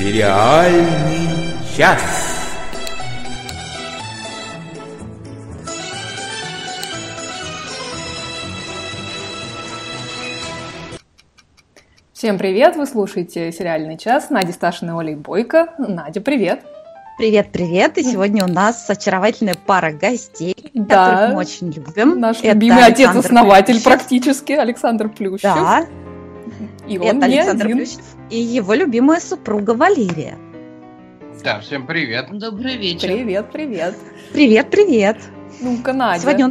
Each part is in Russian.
Сериальный час. Всем привет! Вы слушаете «Сериальный час». Надя Сташина и Оля Бойко. Надя, привет! Привет-привет! И сегодня у нас очаровательная пара гостей, да, которых мы очень любим. Наш любимый отец-основатель практически, Александр Плющев. Да, и он это не Александр один. Плющев и его любимая супруга Валерия. Да, всем привет. Добрый вечер. Привет. Привет! Ну-ка, Надя, Сегодня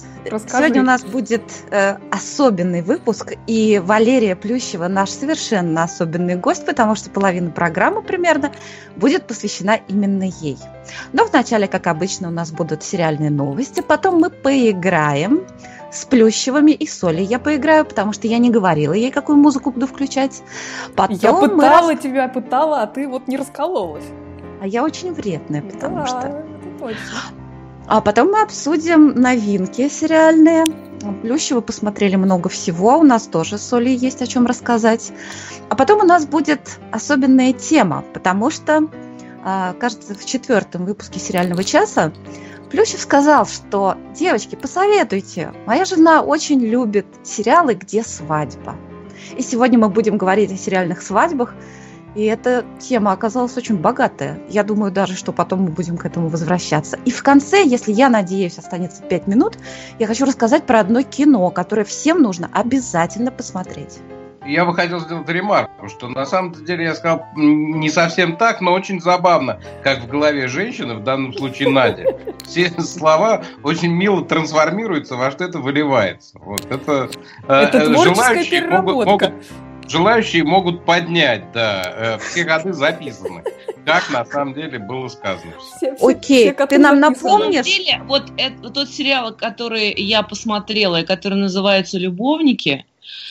у нас будет особенный выпуск, и Валерия Плющева наш совершенно особенный гость, потому что половина программы примерно будет посвящена именно ей. Но вначале, как обычно, у нас будут сериальные новости, потом мы поиграем с Плющевыми и с Олей. Я поиграю, потому что я не говорила ей, какую музыку буду включать. Потом тебя пытала, а ты вот не раскололась. А я очень вредная, потому что... это точно. А потом мы обсудим новинки сериальные. Плющева посмотрели много всего. У нас тоже с Олей есть о чем рассказать. А потом у нас будет особенная тема, потому что, кажется, в 4-м выпуске «Сериального часа» Плющев сказал, что, девочки, посоветуйте. Моя жена очень любит сериалы, где свадьба. И сегодня мы будем говорить о сериальных свадьбах. И эта тема оказалась очень богатая. Я думаю даже, что потом мы будем к этому возвращаться. И в конце, если я надеюсь, останется 5 минут, я хочу рассказать про одно кино, которое всем нужно обязательно посмотреть. Я бы хотел сделать ремарку, что на самом деле я сказал не совсем так, но очень забавно, как в голове женщины, в данном случае Нади, все слова очень мило трансформируются, во что это выливается. Вот это творческая переработка. Желающие могут поднять, да, все ходы записаны, как на самом деле было сказано. Окей, ты нам напомнишь? Вот тот сериал, который я посмотрела, и который называется «Любовники»,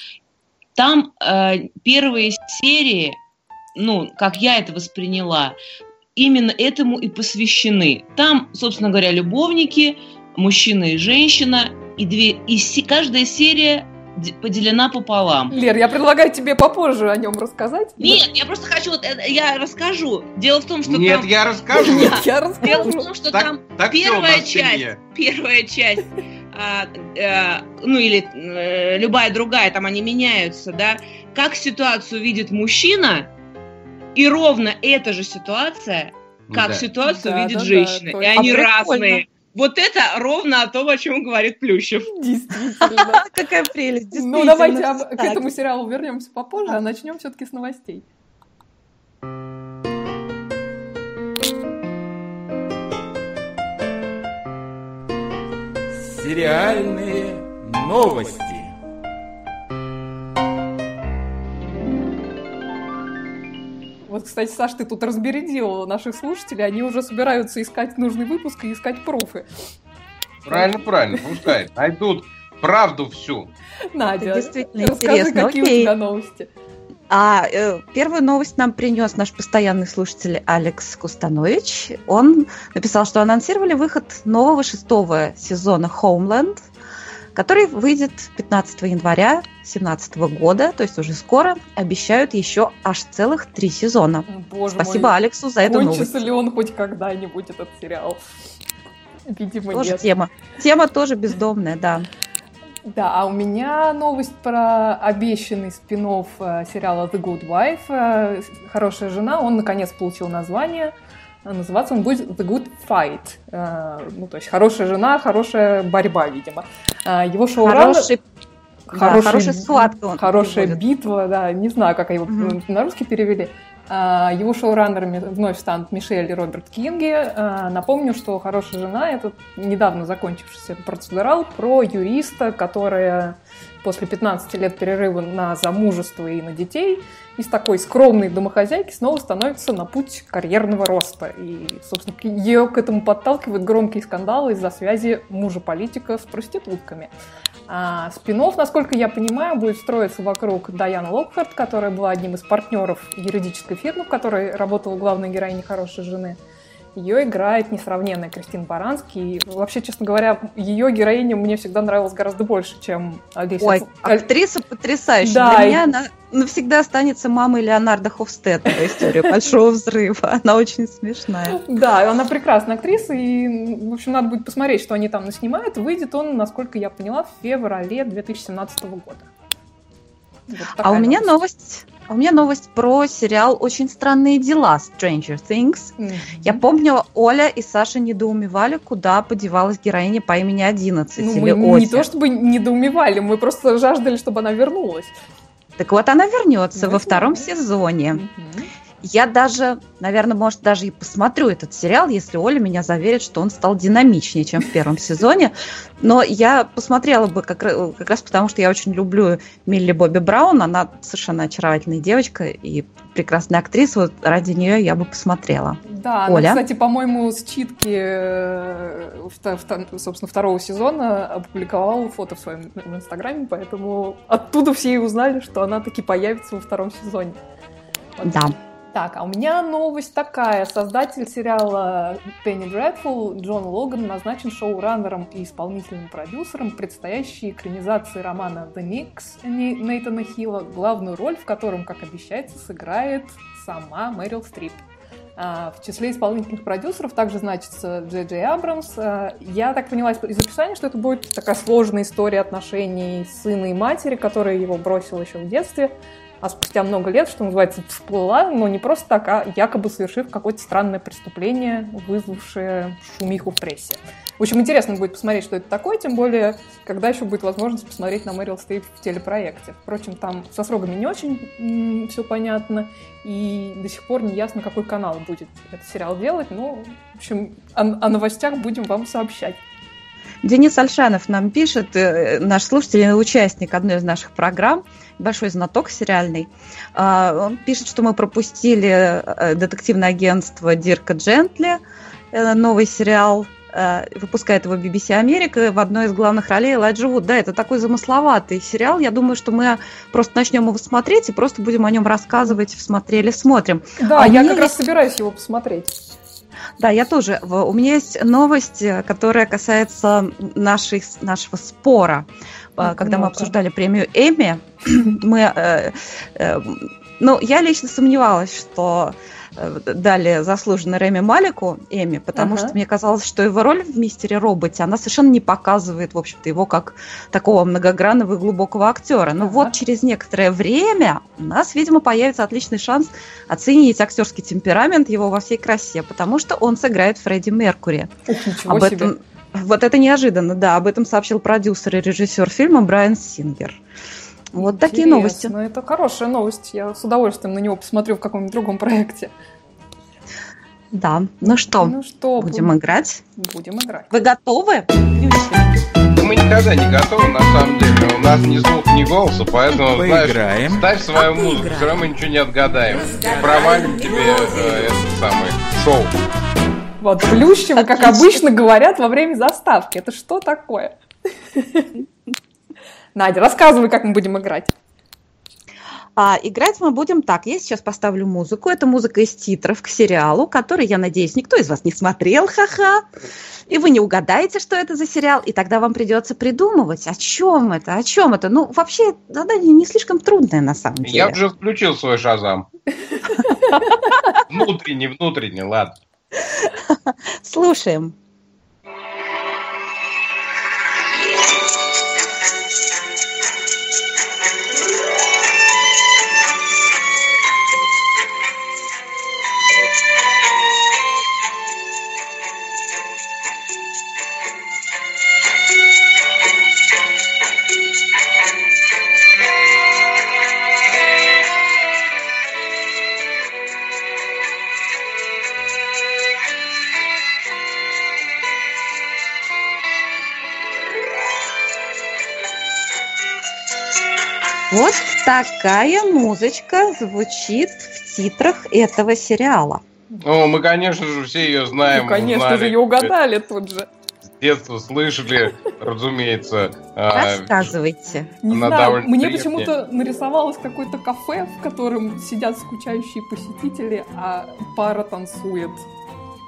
там первые серии, как я это восприняла, именно этому и посвящены. Там, собственно говоря, любовники, мужчина и женщина, и каждая серия поделена пополам. Лер, я предлагаю тебе попозже о нем рассказать. Нет, я просто хочу, я расскажу. Дело в том, что Нет, я расскажу. Дело в том, что там первая часть, или любая другая, там они меняются, да, как ситуацию видит мужчина, и ровно эта же ситуация, как ситуацию видит женщина. И они разные. Вот это ровно о том, о чем говорит Плющев. Действительно. Какая прелесть, действительно. Ну, давайте к этому сериалу вернемся попозже, а начнем все-таки с новостей. Сериальные новости. Вот, кстати, Саш, ты тут разбередил наших слушателей, они уже собираются искать нужный выпуск и искать пруфы. Правильно, пускай найдут правду всю. Надя, действительно расскажи, интересно. какие у тебя новости. Первую новость нам принес наш постоянный слушатель Алекс Кустанович. Он написал, что анонсировали выход нового 6-го сезона Homeland, который выйдет 15 января 2017 года, то есть уже скоро. Обещают еще аж целых 3 сезона. Боже Спасибо мой. Алексу за эту новость. Кончится ли он хоть когда-нибудь, этот сериал? Видимо, тоже нет. Тема тоже бездомная, да. Да, а у меня новость про обещанный спин-офф сериала The Good Wife. «Хорошая жена». Он, наконец, получил название. Называться он будет The Good Fight. То есть «Хорошая жена», «Хорошая борьба», видимо. Его шоураннер... Хорошая схватка. Хорошая битва, да. Не знаю, как его на русский перевели. Его шоураннерами вновь станут Мишель и Роберт Кинги. Напомню, что «Хорошая жена» — это недавно закончившийся процедурал про юриста, которая после 15 лет перерыва на замужество и на детей из такой скромной домохозяйки снова становится на путь карьерного роста. И, собственно, ее к этому подталкивают громкие скандалы из-за связи мужа-политика с проститутками. Спин-офф, насколько я понимаю, будет строиться вокруг Дайан Локхарт, которая была одним из партнеров юридической фирмы, в которой работала главная героиня «Хорошей жены». Ее играет несравненная Кристина Барански. И вообще, честно говоря, ее героиня мне всегда нравилась гораздо больше, чем Алиса. Ой, актриса потрясающая. Да, Для меня она навсегда останется мамой Леонарда Хофстедта в истории «Большого взрыва». Она очень смешная. Да, она прекрасная актриса, и, в общем, надо будет посмотреть, что они там наснимают. Выйдет он, насколько я поняла, в феврале 2017 года. Вот у меня новость про сериал «Очень странные дела» Stranger Things. Я помню, Оля и Саша недоумевали, куда подевалась героиня по имени 11 или мы Ося. не то чтобы недоумевали, мы просто жаждали, чтобы она вернулась. Так вот, она вернется во втором сезоне. Я даже, наверное, может, даже и посмотрю этот сериал, если Оля меня заверит, что он стал динамичнее, чем в первом сезоне. Но я посмотрела бы как раз потому, что я очень люблю Милли Бобби Браун. Она совершенно очаровательная девочка и прекрасная актриса. Вот ради нее я бы посмотрела. Да, Оля? она, кстати, по-моему, с читки, собственно, второго сезона опубликовала фото в своем Инстаграме, поэтому оттуда все и узнали, что она таки появится во втором сезоне. Вот. Да. Так, а у меня новость такая. Создатель сериала Penny Dreadful Джон Логан назначен шоураннером и исполнительным продюсером предстоящей экранизации романа The Mix Нейтана Хилла, главную роль в котором, как обещается, сыграет сама Мэрил Стрип. В числе исполнительных продюсеров также значится Джей Джей Абрамс. Я так поняла из описания, что это будет такая сложная история отношений сына и матери, которая его бросила еще в детстве, а спустя много лет, что называется, всплыла, но не просто так, а якобы совершив какое-то странное преступление, вызвавшее шумиху в прессе. В общем, интересно будет посмотреть, что это такое, тем более, когда еще будет возможность посмотреть на Мэрил Стрип в телепроекте. Впрочем, там со сроками не очень все понятно, и до сих пор не ясно, какой канал будет этот сериал делать, но, в общем, о новостях будем вам сообщать. Денис Альшанов нам пишет, наш слушатель, участник одной из наших программ, большой знаток сериальный. Он пишет, что мы пропустили детективное агентство Дирка Джентли, новый сериал, выпускает его BBC Америка, в одной из главных ролей Элайджа Вуд. Да, это такой замысловатый сериал. Я думаю, что мы просто начнем его смотреть и просто будем о нем рассказывать в «Смотрели, смотрим». Да, я как раз собираюсь его посмотреть. Да, я тоже. У меня есть новость, которая касается нашего спора. Когда мы обсуждали премию Эмми, я лично сомневалась, что дали заслуженный Рами Малеку Эмми, потому что мне казалось, что его роль в «Мистере Роботе», она совершенно не показывает, в общем-то, его как такого многогранного и глубокого актера. Но вот через некоторое время у нас, видимо, появится отличный шанс оценить актерский темперамент его во всей красе, потому что он сыграет Фредди Меркьюри. Ничего себе. Вот это неожиданно, да. Об этом сообщил продюсер и режиссер фильма Брайан Сингер. Вот такие новости. Ну, это хорошая новость. Я с удовольствием на него посмотрю в каком-нибудь другом проекте. Да. Ну что, будем играть? Будем играть. Вы готовы? Да мы никогда не готовы, на самом деле. У нас ни слуха, ни голоса, поэтому, Поиграем. ставь свою музыку, все равно мы ничего не отгадаем. Провалим тебе это самое шоу. Вот, Плющевы, как обычно, говорят во время заставки. Это что такое? Надя, рассказывай, как мы будем играть. Играть мы будем так. Я сейчас поставлю музыку. Это музыка из титров к сериалу, который, я надеюсь, никто из вас не смотрел, ха-ха. И вы не угадаете, что это за сериал. И тогда вам придется придумывать, о чем это. Ну, вообще, задание не слишком трудное, на самом деле. Я уже включил свой Шазам. Внутренний, ладно. Слушаем. Вот такая музычка звучит в титрах этого сериала. Ну, мы, конечно же, все ее знаем. Ну, конечно же, ее угадали тут же. С детства слышали, разумеется. Рассказывайте. Не знаю, мне почему-то нарисовалось какое-то кафе, в котором сидят скучающие посетители, а пара танцует.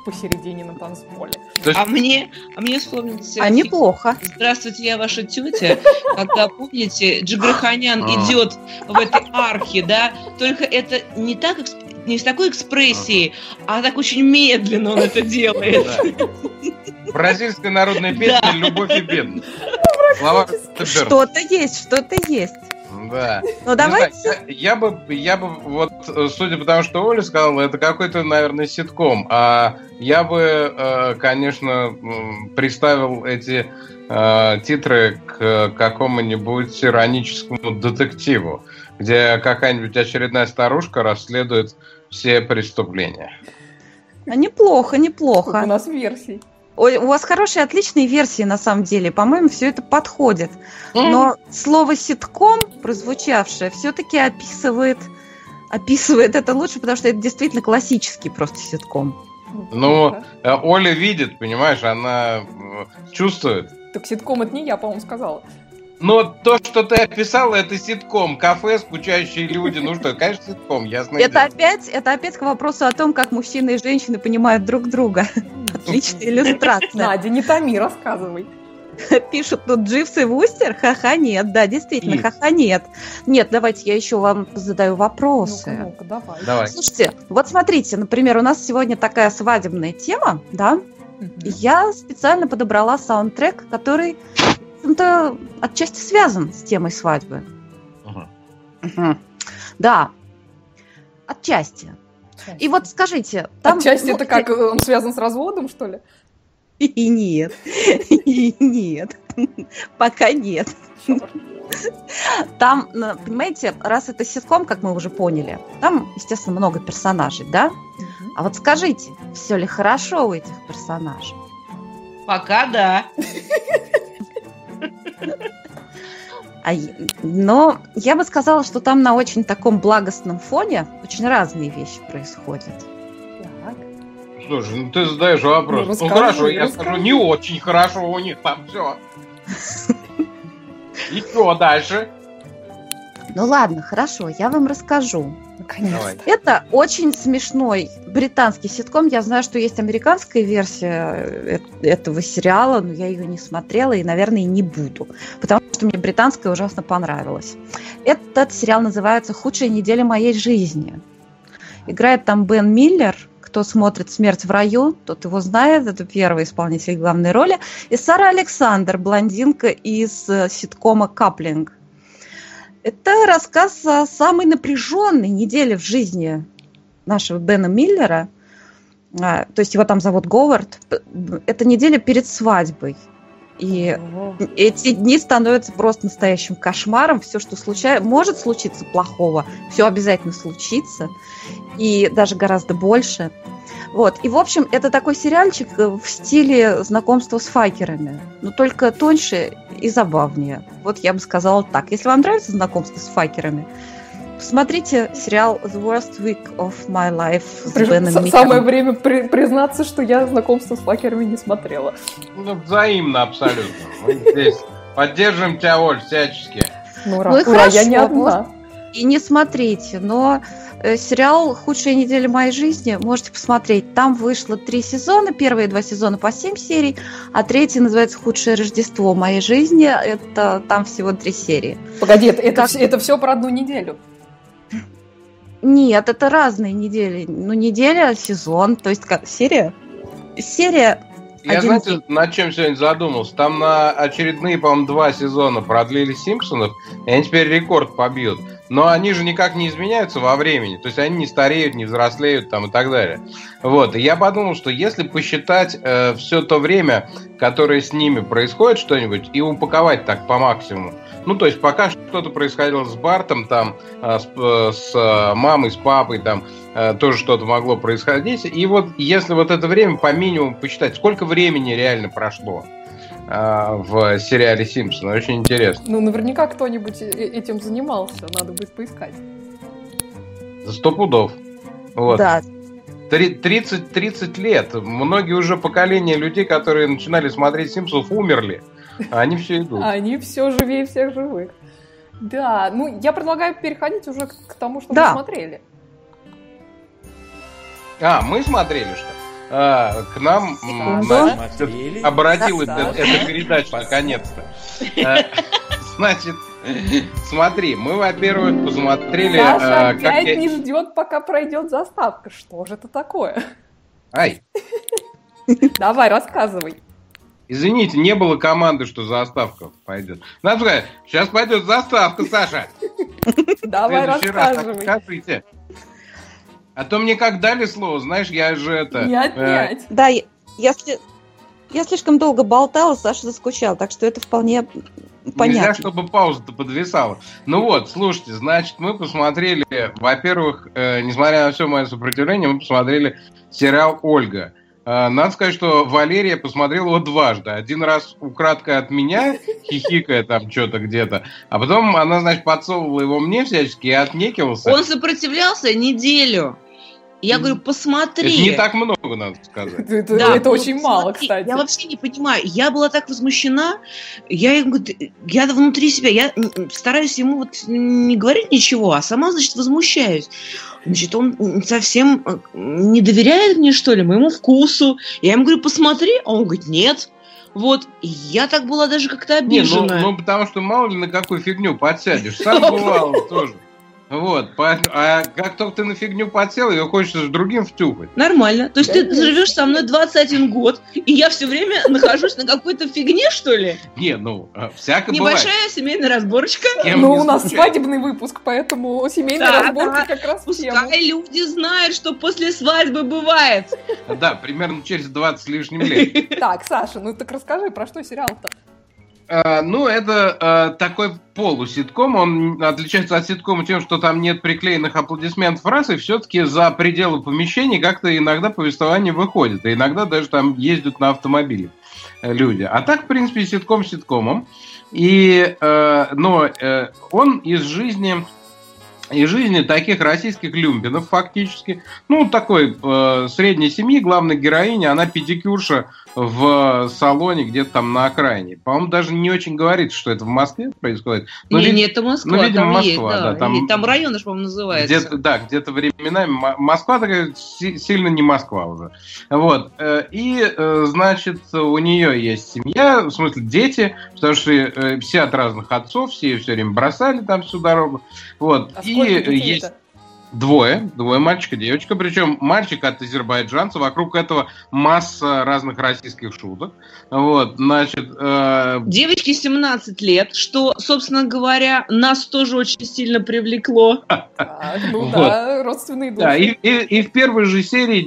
посередине на танцполе. А мне вспомнился... А неплохо. «Здравствуйте, я ваша тетя». Когда, помните, Джигарханян идет в этой арке, да, только это не так, не с такой экспрессией, а так очень медленно он это делает. Бразильская народная песня «Любовь и бедность». Что-то есть. Да. Ну давайте. Я бы вот, судя по тому, что Оля сказала, это какой-то, наверное, ситком. А я бы, конечно, приставил эти титры к какому-нибудь ироническому детективу, где какая-нибудь очередная старушка расследует все преступления. Неплохо. У нас версий. Ой, у вас хорошие, отличные версии, на самом деле. По-моему, все это подходит. Но слово «ситком», прозвучавшее, все-таки описывает это лучше, потому что это действительно классический просто ситком. Ну, Оля видит, понимаешь, она чувствует. Так ситком это не я, по-моему, сказала. Но то, что ты описала, это ситком. Кафе, скучающие люди. Ну что, конечно, ситком, ясно. Это опять к вопросу о том, как мужчины и женщины понимают друг друга. Отличная иллюстрация. Надя, не томи, рассказывай. Пишут тут Дживс и Вустер. Ха-ха, нет. Да, действительно, ха-ха, нет. Нет, давайте я еще вам задаю вопросы. Ну-ка, давай. Слушайте, вот смотрите, например, у нас сегодня такая свадебная тема, да? Я специально подобрала саундтрек, который отчасти связан с темой свадьбы. Да, отчасти. И вот скажите... Отчасти это как, он связан с разводом, что ли? И нет. Пока нет. Там, понимаете, раз это ситком, как мы уже поняли, там, естественно, много персонажей, да? А вот скажите, все ли хорошо у этих персонажей? Пока да. Но я бы сказала, что там на очень таком благостном фоне очень разные вещи происходят. Так. Слушай, ну ты задаешь вопрос. Ну хорошо, я скажу, не очень хорошо у них там все. И что дальше? Ну ладно, хорошо, я вам расскажу. Наконец-то. Это очень смешной британский ситком. Я знаю, что есть американская версия этого сериала, но я ее не смотрела и, наверное, не буду, потому что мне британская ужасно понравилась. Этот сериал называется «Худшая неделя моей жизни». Играет там Бен Миллер. Кто смотрит «Смерть в раю», тот его знает. Это первый исполнитель главной роли. И Сара Александр, блондинка из ситкома «Каплинг». Это рассказ о самой напряженной неделе в жизни нашего Бена Миллера. То есть его там зовут Говард. Это неделя перед свадьбой. И эти дни становятся просто настоящим кошмаром. Все, что может случиться плохого, все обязательно случится. И даже гораздо больше. Вот. И, в общем, это такой сериальчик в стиле знакомства с факерами. Но только тоньше и забавнее. Вот я бы сказала так. Если вам нравится знакомство с факерами, посмотрите сериал The Worst Week of My Life с Беном Миллером. Самое время признаться, что я знакомство с факерами не смотрела. Ну, взаимно абсолютно. Мы здесь поддерживаем тебя, Оль, всячески. Ну и хорошо, я не одна. И не смотрите, но сериал «Худшая неделя моей жизни» можете посмотреть. Там вышло 3 сезона, первые 2 сезона по 7 серий, а 3 называется «Худшее Рождество моей жизни». Это там всего 3 серии. Погоди, это все про одну неделю? Нет, это разные недели. Ну, неделя, сезон, то есть как серия. Я, знаете, над чем сегодня задумался? Там на очередные, по-моему, 2 сезона продлили «Симпсонов», и они теперь рекорд побьют. Но они же никак не изменяются во времени. То есть они не стареют, не взрослеют там, и так далее. Вот. И я подумал, что если посчитать все то время, которое с ними происходит что-нибудь, и упаковать так по максимуму. Ну, то есть пока что-то происходило с Бартом, там, с мамой, с папой, там, тоже что-то могло происходить. И вот если вот это время по минимуму посчитать, сколько времени реально прошло в сериале «Симпсоны». Очень интересно. Ну, наверняка кто-нибудь этим занимался. Надо будет поискать. За 100 пудов. Вот. Да. 30 лет. Многие уже поколения людей, которые начинали смотреть «Симпсонов», умерли. А они все идут. Они все живее всех живых. Да, ну, я предлагаю переходить уже к тому, что мы смотрели. Мы смотрели, что? к нам обратилась эта передача наконец-то. Значит, смотри, мы, во-первых, посмотрели... Саша опять не ждет, пока пройдет заставка. Что же это такое? Ай! Давай, рассказывай. Извините, не было команды, что заставка пойдет. Надо сказать, сейчас пойдет заставка, Саша. Давай, рассказывай. Скажите. А то мне как дали слово, знаешь, я же это... Не отнять. Да, я слишком долго болтала, Саша заскучал, так что это вполне понятно. Нельзя, чтобы пауза-то подвисала. Ну вот, слушайте, значит, мы посмотрели, во-первых, несмотря на все мое сопротивление, мы посмотрели сериал «Ольга». Надо сказать, что Валерия посмотрела его дважды. Один раз украдкой от меня, хихикая там что-то где-то, а потом она, значит, подсовывала его мне всячески и отнекивался. Он сопротивлялся неделю. Я говорю, посмотри. Это не так много, надо сказать. Это очень мало, кстати. Я вообще не понимаю. Я была так возмущена. Я внутри себя, я стараюсь ему вот не говорить ничего, а сама, значит, возмущаюсь. Значит, он совсем не доверяет мне, что ли, моему вкусу. Я ему говорю, посмотри, а он говорит, нет. Вот, и я так была даже как-то обижена. Ну, потому что мало ли на какую фигню подсядешь. Сам бывало тоже. Вот, а как только ты на фигню подсел, ее хочется с другим втюхать. Нормально. То есть ты живешь со мной 21 год, и я все время нахожусь на какой-то фигне, что ли? Не, ну, всяко бывает. Небольшая семейная разборочка. Ну, у нас свадебный выпуск, поэтому семейная разборка как раз в тему. Пускай люди знают, что после свадьбы бывает. Да, примерно через 20 с лишним лет. Так, Саша, ну так расскажи, про что сериал-то? Ну, это такой полуситком. Он отличается от ситкома тем, что там нет приклеенных аплодисментов раз, и все-таки за пределы помещений как-то иногда повествование выходит. И иногда даже там ездят на автомобиле люди. А так, в принципе, ситком ситкомом. Но он из жизни таких российских люмпинов фактически. Ну, такой средней семьи, главной героиня, она педикюрша в салоне где-то там на окраине. По-моему, даже не очень говорит, что это в Москве происходит. Но не, это Москва. Ну, видимо, там Москва, есть, да. Там район, по-моему, называется. Где-то временами. Москва такая сильно не Москва уже. Вот. Значит, у нее есть семья, в смысле дети, потому что все от разных отцов, все время бросали там всю дорогу. Вот. А сколько детей-то? Есть двое, мальчик и девочка, причем мальчик от азербайджанца, вокруг этого масса разных российских шуток. Вот, значит... Девочке 17 лет, что, собственно говоря, нас тоже очень сильно привлекло. Да, родственные души. Да, и в первой же серии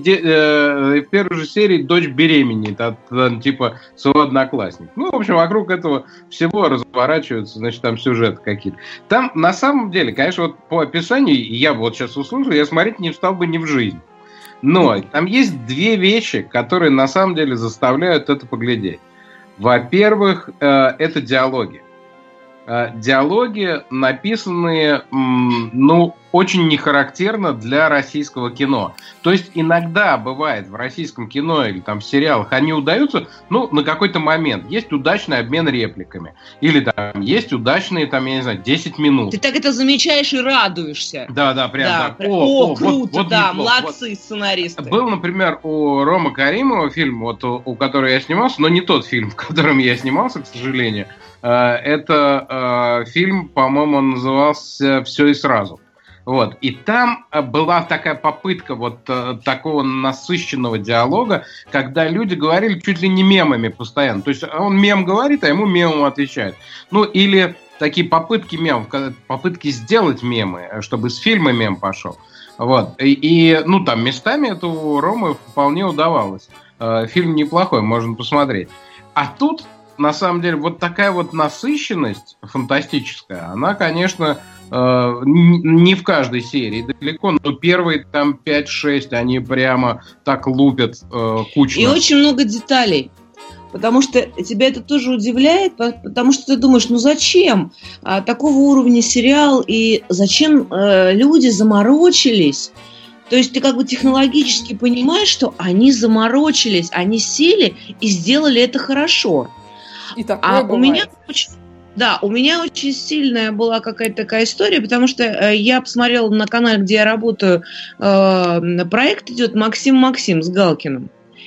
дочь беременеет от типа своего одноклассника. Ну, в общем, вокруг этого всего разворачиваются, значит, там сюжеты какие-то. Там, на самом деле, конечно, вот по описанию, я вот сейчас услышал, я смотреть не встал бы ни в жизнь. Но там есть две вещи, которые на самом деле заставляют это поглядеть. Во-первых, это диалоги. Диалоги, написанные, очень нехарактерно для российского кино. То есть иногда бывает в российском кино или там в сериалах они удаются, на какой-то момент. Есть удачный обмен репликами. Или там есть удачные, там, я не знаю, 10 минут. Ты так это замечаешь и радуешься. Да, прям так. Круто, вот да, неплохо. молодцы сценаристы. Был, например, у Ромы Каримова фильм, вот у которого я снимался, но не тот фильм, в котором я снимался, к сожалению. Это фильм, по-моему, он назывался «Все и сразу». Вот. И там была такая попытка вот такого насыщенного диалога, когда люди говорили чуть ли не мемами постоянно. То есть он мем говорит, а ему мемом отвечает. Ну, или такие попытки мемов, попытки сделать мемы, чтобы с фильма мем пошел. Вот. И там местами это у Ромы вполне удавалось. Фильм неплохой, можно посмотреть. А тут, на самом деле, вот такая вот насыщенность фантастическая, она, конечно, не в каждой серии далеко, но первые там 5-6, они прямо так лупят кучно. И очень много деталей. Потому что тебя это тоже удивляет, потому что ты думаешь, зачем такого уровня сериал, и зачем люди заморочились? То есть ты как бы технологически понимаешь, что они заморочились, они сели и сделали это хорошо. И такое бывает. У меня очень сильная была какая-то такая история, потому что я посмотрела на канале, где я работаю, проект идет «Максим с Галкиным».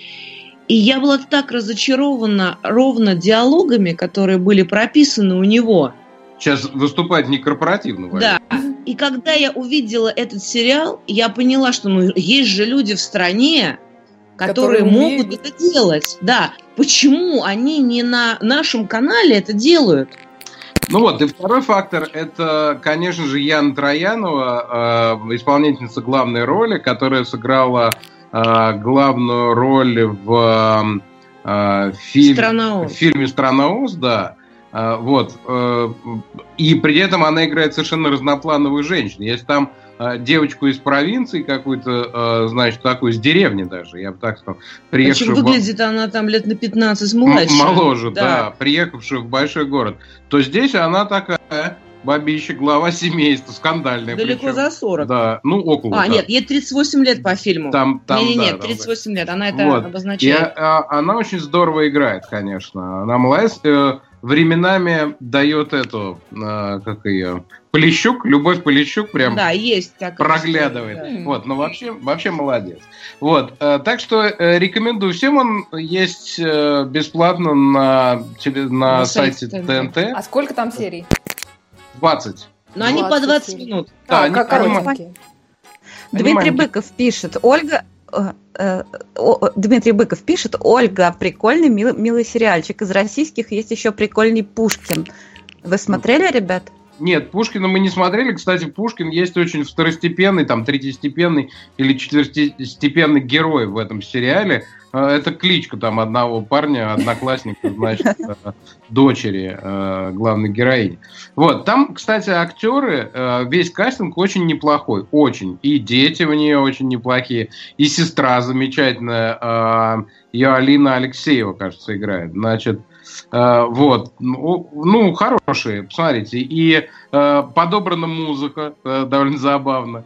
И я была так разочарована ровно диалогами, которые были прописаны у него. Сейчас выступать не корпоративно. Да. И когда я увидела этот сериал, я поняла, что есть же люди в стране, которые могут это делать. Да. Почему они не на нашем канале это делают? Ну вот, и второй фактор, это, конечно же, Яна Троянова, исполнительница главной роли, которая сыграла главную роль в фильме «Страна Оз», да. Вот. И при этом она играет совершенно разноплановую женщину. Если там девочку из провинции какую-то, значит, такую, с деревни даже, я бы так сказал. Причем выглядит она там лет на 15 младше. Моложе, да, приехавшая в большой город. То здесь она такая бабища, глава семейства, скандальная. Далеко причем. За 40. Да, ну около. Нет, ей 38 лет по фильму. Нет, 38 лет, она это вот. Обозначает. Она очень здорово играет, конечно. Она молодец. Временами дает эту, как ее, Полищук, Любовь Полищук, прям да, есть такая проглядывает. Да. Вот, но вообще молодец. Вот, так что рекомендую всем, он есть бесплатно на сайте ТНТ. А сколько там серий? 20. Но они по 20 минут. Да, Дмитрий Быков пишет, Дмитрий Быков пишет, Ольга, прикольный, милый сериальчик. Из российских есть еще прикольный Пушкин. Вы смотрели, ребят? Нет, Пушкина мы не смотрели. Кстати, Пушкин есть очень второстепенный, там, третьестепенный или четвертостепенный герой в этом сериале. Это кличка там одного парня, одноклассника, значит, дочери главной героини. Вот, там, кстати, актеры, весь кастинг очень неплохой, очень. И дети в нее очень неплохие, и сестра замечательная, ее Алина Алексеева, кажется, играет. Значит, вот, ну, хорошие, посмотрите. И подобрана музыка, довольно забавно.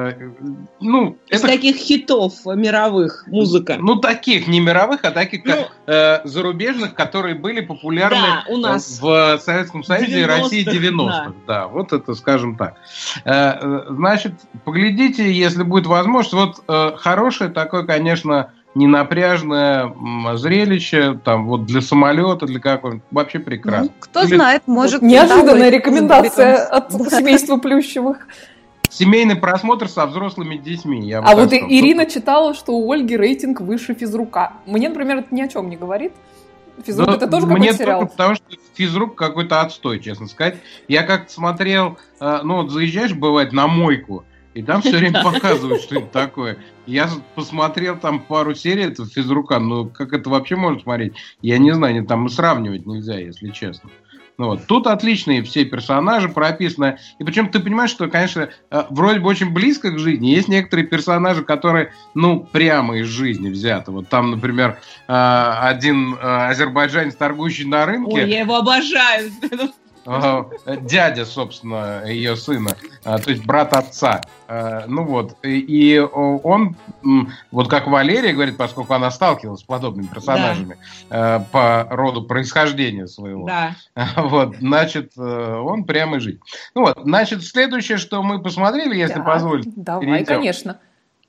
Ну, из таких хитов мировых музыка. Ну, таких, не мировых, а таких как зарубежных, которые были популярны у нас в Советском Союзе и России 90-х. Да, вот это, скажем так. Значит, поглядите, если будет возможность. Вот хорошее такое, конечно, ненапряжное зрелище, там, вот для самолета, для какого-нибудь, вообще прекрасно. Ну, кто знает, может... Неожиданная рекомендация от семейства Плющевых. Семейный просмотр со взрослыми детьми. А вот Ирина читала, что у Ольги рейтинг выше «Физрука». Мне, например, это ни о чем не говорит. «Физрук» — это тоже какой-то сериал? Мне потому что «Физрук» какой-то отстой, честно сказать. Я как-то смотрел, ну вот заезжаешь, бывает, на мойку, и там все время показывают, что это такое. Я посмотрел там пару серий этого «Физрука», ну как это вообще можно смотреть? Я не знаю, там и сравнивать нельзя, если честно. Ну, вот. Тут отличные все персонажи прописаны. И причем ты понимаешь, что, конечно, вроде бы очень близко к жизни. Есть некоторые персонажи, которые, ну, прямо из жизни взяты. Вот там, например, один азербайджанец, торгующий на рынке. Ой, я его обожаю. Дядя, собственно, ее сына, то есть брат отца. Ну вот, и он, вот как Валерия говорит, поскольку она сталкивалась с подобными персонажами, да, по роду происхождения своего, да, вот, значит, он прямо и жить. Ну вот, значит, следующее, что мы посмотрели, если позволите. Давай, перейдем. Конечно.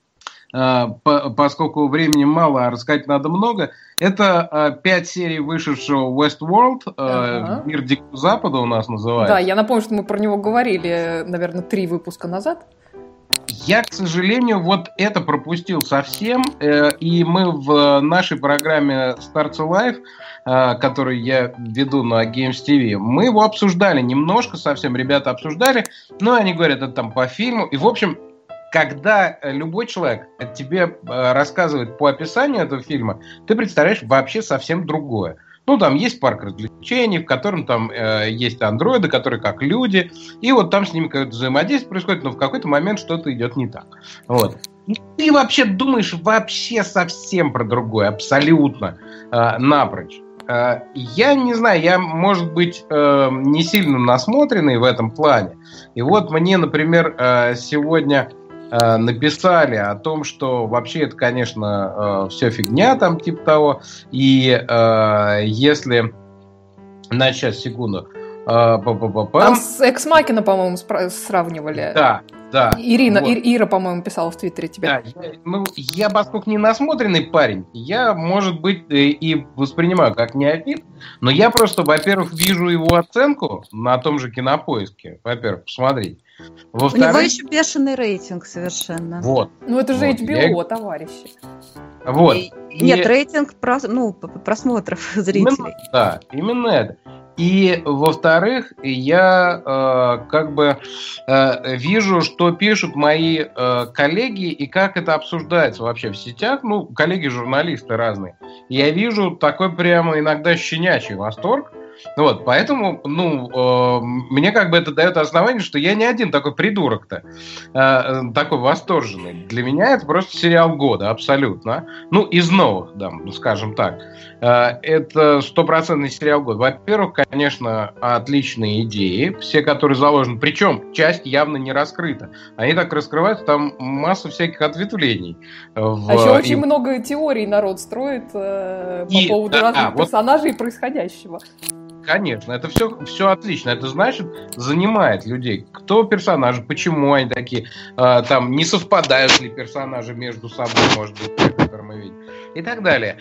Поскольку времени мало, а рассказать надо много. Это 5 серий вышедшего Westworld, «Мир Дикого Запада» у нас называется. Да, я напомню, что мы про него говорили, наверное, 3 выпуска назад. Я, к сожалению, вот это пропустил совсем, и мы в нашей программе Starts Alive, которую я веду на Games TV, мы его обсуждали немножко, совсем ребята обсуждали, но они говорят, это там по фильму, и в общем... Когда любой человек тебе рассказывает по описанию этого фильма, ты представляешь вообще совсем другое. Ну, там есть парк развлечений, в котором там есть андроиды, которые как люди, и вот там с ними какое-то взаимодействие происходит, но в какой-то момент что-то идет не так. Вот. Ты вообще думаешь вообще совсем про другое, абсолютно, напрочь. Я не знаю, я, может быть, не сильно насмотренный в этом плане. И вот мне, например, сегодня... написали о том, что вообще это, конечно, все фигня там типа того. И если... Сейчас, секунду. Там с Экс Махина, по-моему, сравнивали. Да. Ирина, вот. Ира, по-моему, писала в Твиттере тебе. Да, я, поскольку не насмотренный парень, я, может быть, и воспринимаю как неофит, но я просто, во-первых, вижу его оценку на том же Кинопоиске. Во-первых, посмотрите. У него еще бешеный рейтинг совершенно. Вот. Ну это же HBO, товарищи. Вот. Нет, рейтинг просмотров зрителей. Именно это. И, во-вторых, я вижу, что пишут мои коллеги и как это обсуждается вообще в сетях. Ну, коллеги-журналисты разные. Я вижу такой прямо иногда щенячий восторг. Вот, поэтому, мне как бы это дает основание, что я не один такой придурок-то, такой восторженный. Для меня это просто сериал года, абсолютно. Ну, из новых, да, скажем так. Это стопроцентный сериал года. Во-первых, конечно, отличные идеи, все, которые заложены, причем часть явно не раскрыта. Они так раскрываются, там масса всяких ответвлений. А еще очень много теорий народ строит по поводу разных персонажей и происходящего. Конечно, это все отлично. Это значит, занимает людей. Кто персонажи, почему они такие, там, не совпадают ли персонажи между собой, может быть, те, которые мы видим, и так далее.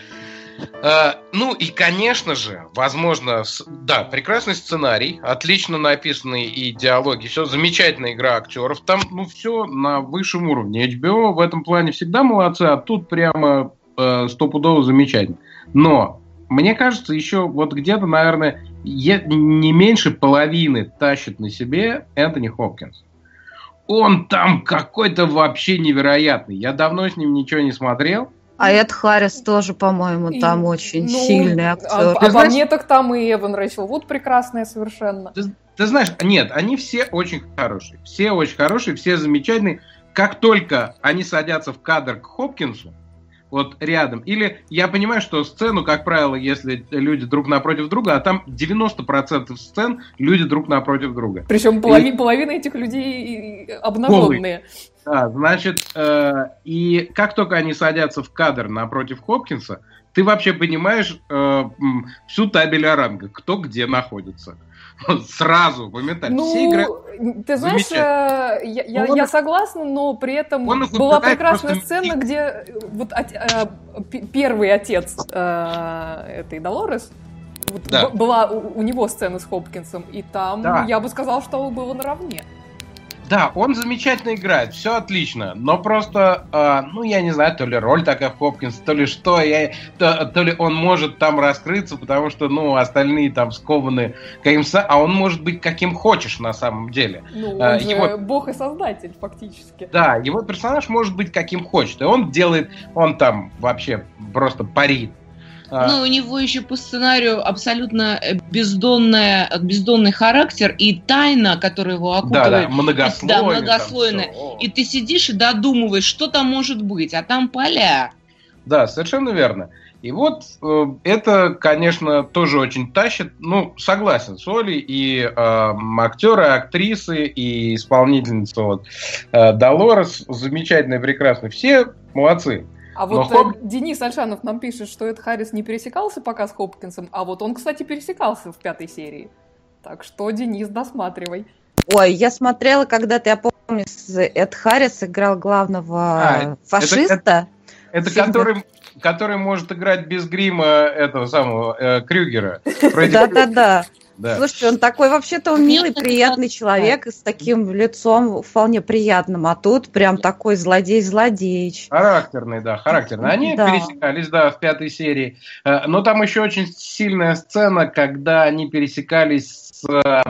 Ну и, конечно же, возможно, да, прекрасный сценарий, отлично написанные и диалоги, все, замечательная игра актеров, там, все на высшем уровне. HBO в этом плане всегда молодцы, а тут прямо стопудово замечательно. Но мне кажется, еще вот где-то, наверное, не меньше половины тащит на себе Энтони Хопкинс. Он там какой-то вообще невероятный. Я давно с ним ничего не смотрел. А Эд Харрис тоже, по-моему, там очень сильный актер. А по мне так там и Эван Рэйчел Вуд прекрасная совершенно. Ты знаешь, нет, они все очень хорошие. Все очень хорошие, все замечательные. Как только они садятся в кадр к Хопкинсу, вот рядом. Или я понимаю, что сцену, как правило, если люди друг напротив друга, а там 90% сцен люди друг напротив друга. Причем половина этих людей обнаженные. Да, значит, и как только они садятся в кадр напротив Хопкинса, ты вообще понимаешь всю табель о рангах, кто где находится. Сразу, моментально. Все играют. Ты знаешь, я согласна, но при этом была прекрасная сцена, где вот первый отец этой Долорес, была у него сцена с Хопкинсом, и там я бы сказала, что было наравне. Да, он замечательно играет, все отлично, но просто, я не знаю, то ли роль такая в Хопкинс, то ли что, то ли он может там раскрыться, потому что, остальные там скованы каким-то, а он может быть каким хочешь на самом деле. Он же бог и создатель, фактически. Да, его персонаж может быть каким хочет, и он там вообще просто парит. У него еще по сценарию абсолютно бездонный характер и тайна, которая его окутывает. Да, многослойная. И ты сидишь и додумываешь, что там может быть, а там поля. Да, совершенно верно. И вот это, конечно, тоже очень тащит. Согласен с Олей, и актеры, актрисы, и исполнительница Долорес замечательные, прекрасные. Все молодцы. А Денис Альшанов нам пишет, что Эд Харрис не пересекался пока с Хопкинсом, а вот он, кстати, пересекался в 5-й серии. Так что, Денис, досматривай. Ой, я смотрела когда-то, я помню, Эд Харрис играл главного фашиста. Это который может играть без грима этого самого Крюгера. Да. Слушайте, он такой вообще-то он милый, приятный человек с таким лицом вполне приятным, а тут прям такой злодей-злодеич. Характерный. Они пересекались, в 5-й серии. Но там еще очень сильная сцена, когда они пересекались с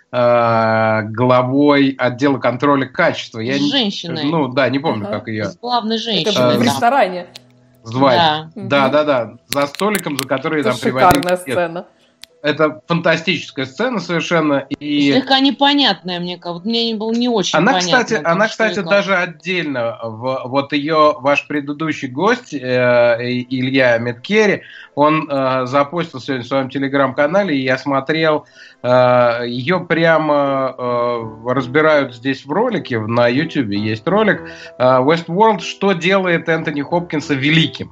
главой отдела контроля качества. С женщиной. Не помню, как ее. С главной женщиной. Это в ресторане. Звали. Да. За столиком, за который там приводили. Шикарная сцена. Это фантастическая сцена совершенно. И слегка непонятная, мне было не очень понятно. Она, кстати, даже отдельно, ваш предыдущий гость, Илья Медкери, он запостил сегодня в своем телеграм-канале, и я смотрел, ее прямо разбирают здесь в ролике, на YouTube есть ролик, Westworld, что делает Энтони Хопкинса великим.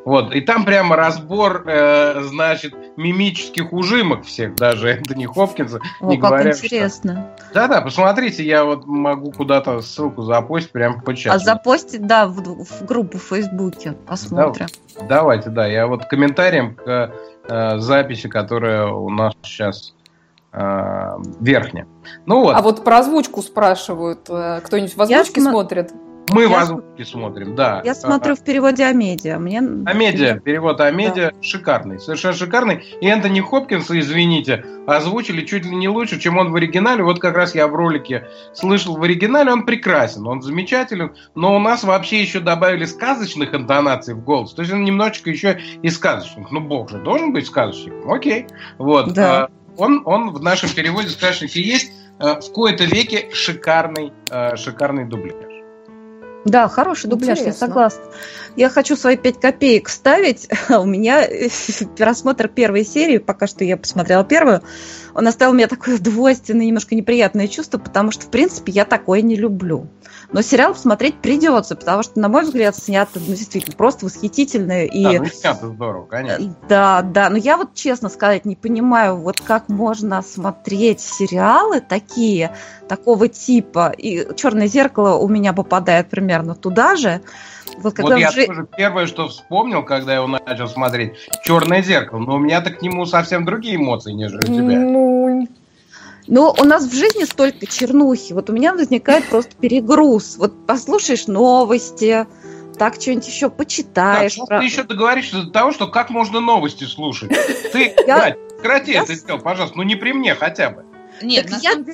Вот, и там прямо разбор, значит, мимических ужимок всех, даже Энтони Хопкинса. О, как интересно. Да-да, посмотрите, я вот могу куда-то ссылку запостить прямо по чату. А запостить, да, в группу в Фейсбуке, посмотрим. Давайте, да, я вот комментарием к записи, которая у нас сейчас верхняя. Ну вот. А вот про озвучку спрашивают, кто-нибудь в озвучке смотрит? Мы в озвучке смотрим, да. Я смотрю в переводе Амедиа. Амедиа, перевод Амедиа, да. Шикарный, совершенно шикарный. И Энтони Хопкинса, извините, озвучили чуть ли не лучше, чем он в оригинале. Вот как раз я в ролике слышал в оригинале, он прекрасен, он замечателен, но у нас вообще еще добавили сказочных интонаций в голос. То есть он немножечко еще и сказочник. Ну, бог же должен быть сказочником, окей. Вот. Да. Он в нашем переводе сказочники есть. В кои-то веке шикарный дубляж. Да, хороший дубляж, я согласна. Я хочу свои 5 копеек вставить. У меня просмотр первой серии, пока что я посмотрела первую, он оставил у меня такое двойственное, немножко неприятное чувство, потому что, в принципе, я такое не люблю. Но сериал посмотреть придется, потому что, на мой взгляд, снято действительно просто восхитительно. Да, снято здорово, конечно. Да, но я вот, честно сказать, не понимаю, вот как можно смотреть сериалы такого типа. И «Черное зеркало» у меня попадает примерно туда же. Вот я тоже первое, что вспомнил, когда я его начал смотреть, «Черное зеркало». Но у меня-то к нему совсем другие эмоции, нежели у тебя. Ну, у нас в жизни столько чернухи. Вот у меня возникает просто перегруз. Вот послушаешь новости, так что-нибудь еще почитаешь. Так, ты еще договоришься до того, что как можно новости слушать. Ты, Надь, прекрати это сделать, пожалуйста. Ну, не при мне хотя бы. Нет,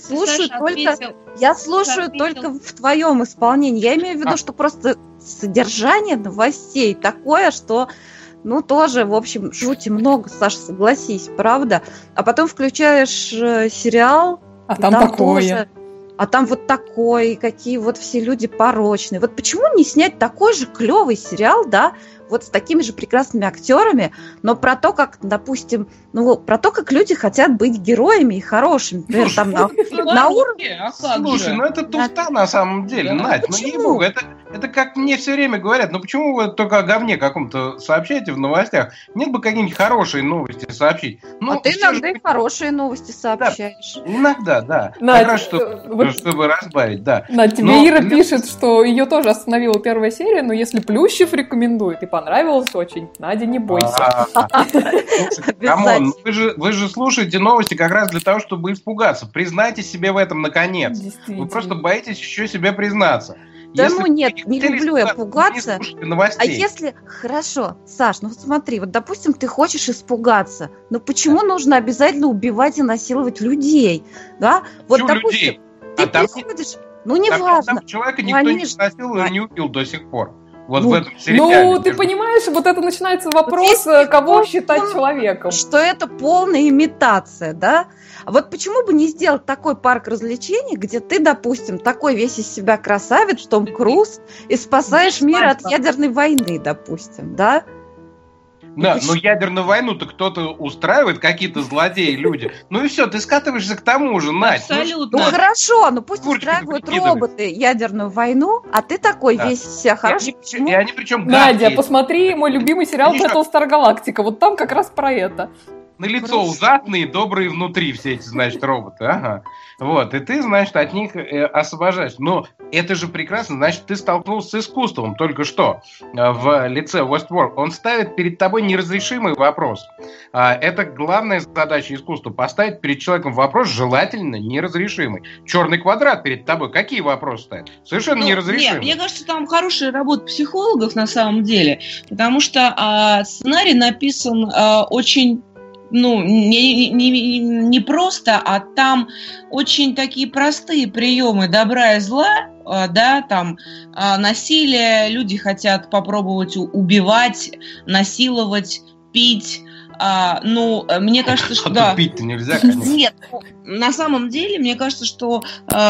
я слушаю только в твоем исполнении. Я имею в виду, что просто содержание новостей такое, что... Ну, тоже, в общем, жути много, Саша, согласись, правда? А потом включаешь сериал... А там такое. Тоже, а там вот такое, какие вот все люди порочные. Вот почему не снять такой же клевый сериал, да, вот с такими же прекрасными актерами, но про то, как, допустим, про то, как люди хотят быть героями и хорошими. Например, там на уровне... Слушай, это туфта на самом деле, Надь. Ну, ей-богу, это как мне все время говорят, почему вы только о говне каком-то сообщаете в новостях? Нет бы какие-нибудь хорошие новости сообщить. Ты иногда и хорошие новости сообщаешь. Да, иногда, да. Надь, как раз, чтобы разбавить, да. Надь, тебе Ира пишет, что ее тоже остановила первая серия, но если Плющев рекомендует и понравилось очень, Надя, не бойся. Камон, вы же слушаете новости как раз для того, чтобы испугаться. Признайтесь себе в этом, наконец. Вы просто боитесь еще себе признаться. Да нет, не люблю я пугаться. А если... Хорошо, Саш, смотри, вот, допустим, ты хочешь испугаться, но почему нужно обязательно убивать и насиловать людей? Да? Вот, допустим, ты приходишь... неважно. Там человека никто не насиловал и не убил до сих пор. Вот в этом сериале. Ты понимаешь, вот это начинается вопрос, кого считать человеком. Что это полная имитация, да? А вот почему бы не сделать такой парк развлечений, где ты, допустим, такой весь из себя красавец, Том Круз, и спасаешь мир от ядерной войны, допустим, да? Да, но ядерную войну-то кто-то устраивает, какие-то злодеи люди. Ну и все, ты скатываешься к тому же, Надь. Абсолютно. Хорошо, пусть устраивают роботы ядерную войну, а ты такой весь себя хороший. И они причем Надя, посмотри мой любимый сериал «Battlestar Galactica». Вот там как раз про это. На лицо ужасные, добрые внутри все эти, значит, роботы. Ага. Вот, и ты, значит, от них освобождаешься. Но это же прекрасно, значит, ты столкнулся с искусством только что в лице Westworld. Он ставит перед тобой неразрешимый вопрос. Это главная задача искусства. Поставить перед человеком вопрос желательно неразрешимый. Черный квадрат перед тобой. Какие вопросы ставят? Совершенно неразрешимые. Нет, мне кажется, там хорошая работа психологов на самом деле. Потому что сценарий написан очень... не просто, а там очень такие простые приемы добра и зла, да, там насилие, люди хотят попробовать убивать, насиловать, пить. Мне кажется, что да. Пить-то нельзя, конечно. Нет, на самом деле, мне кажется, что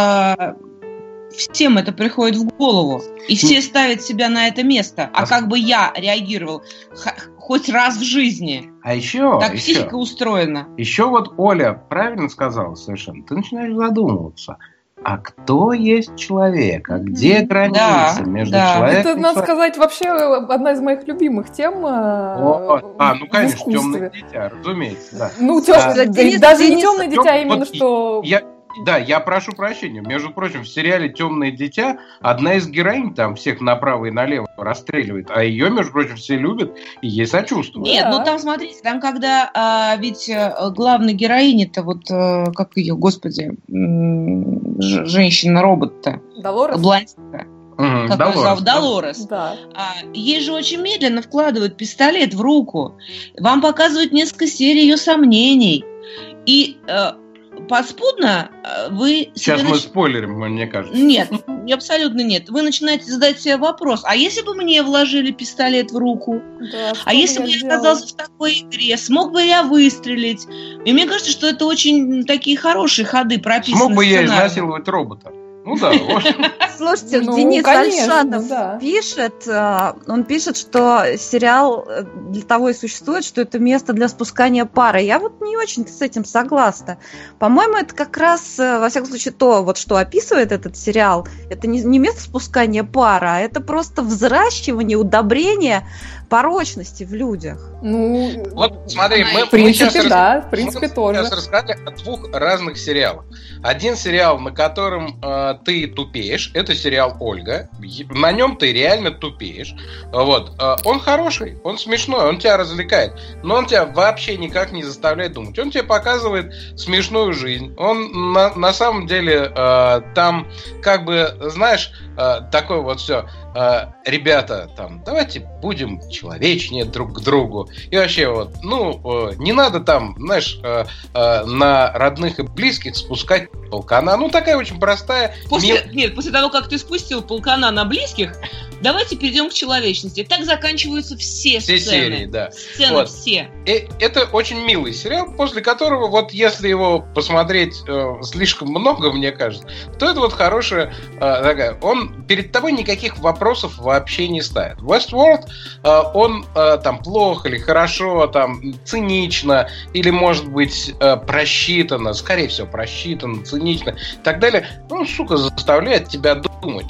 всем это приходит в голову, и все ставят себя на это место. А как бы я реагировал хоть раз в жизни? А еще... Так психика устроена. Еще вот Оля правильно сказала совершенно. Ты начинаешь задумываться. а кто есть человек, а где граница между человеком Это, надо сказать, вообще одна из моих любимых тем ну, конечно, в искусстве. «Темное дитя», разумеется, да. Ну, даже не «Темное дитя», а именно что... Я прошу прощения. Между прочим, в сериале «Темное дитя» одна из героинь там всех направо и налево расстреливает, а ее, между прочим, все любят и ей сочувствуют. Нет, ну там, смотрите, там когда ведь главной героиня-то, вот, как ее, господи, женщина-робот-то. Долорес? Блондинка. Как ее зовут? Долорес. Да. Ей же очень медленно вкладывают пистолет в руку. Вам показывают несколько серий ее сомнений. И... подспудно вы... Сейчас мы спойлерим, мне кажется. Нет, абсолютно нет. Вы начинаете задать себе вопрос, а если бы мне вложили пистолет в руку? Да, а если бы я оказался в такой игре? Смог бы я выстрелить? И мне кажется, что это очень такие хорошие ходы прописаны. Смог бы я изнасиловать робота? Ну да. Слушайте, Денис Альшанов пишет, он пишет, что сериал для того и существует, что это место для спускания пара. Я вот не очень с этим согласна. По-моему, это как раз, во всяком случае, то, вот, что описывает этот сериал, это не место спускания пара, а это просто взращивание, удобрение порочности в людях. Ну, вот смотри, в принципе, тоже. Мы сейчас рассказали о двух разных сериалах. Один сериал, на котором ты тупеешь, это сериал «Ольга». На нем ты реально тупеешь. Вот. Он хороший, он смешной, он тебя развлекает, но он тебя вообще никак не заставляет думать. Он тебе показывает смешную жизнь. Он на самом деле там, как бы, знаешь, такое вот все. Ребята, там, давайте будем человечнее друг к другу. И вообще вот, не надо там, знаешь, на родных и близких спускать полкана. Ну, такая очень простая... Нет, после того, как ты спустил полкана на близких, давайте перейдем к человечности. Так заканчиваются все сцены. Все серии, да. Сцены вот. Все. И это очень милый сериал, после которого, вот если его посмотреть слишком много, мне кажется, то это вот хорошая такая... Он перед тобой никаких вопросов вообще не ставит. Westworld, он там плохо или хорошо, там цинично, или, может быть, просчитанно, скорее всего, просчитанно, цинично и так далее. Ну, сука, заставляет тебя думать.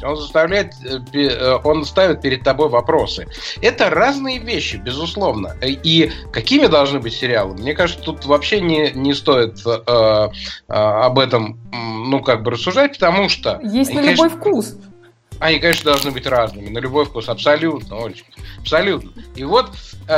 Он ставит перед тобой вопросы. Это разные вещи, безусловно. И какими должны быть сериалы? Мне кажется, тут вообще не стоит об этом, рассуждать, потому что... Есть на любой вкус. Они, конечно, должны быть разными, на любой вкус, абсолютно, Олечка, абсолютно. И вот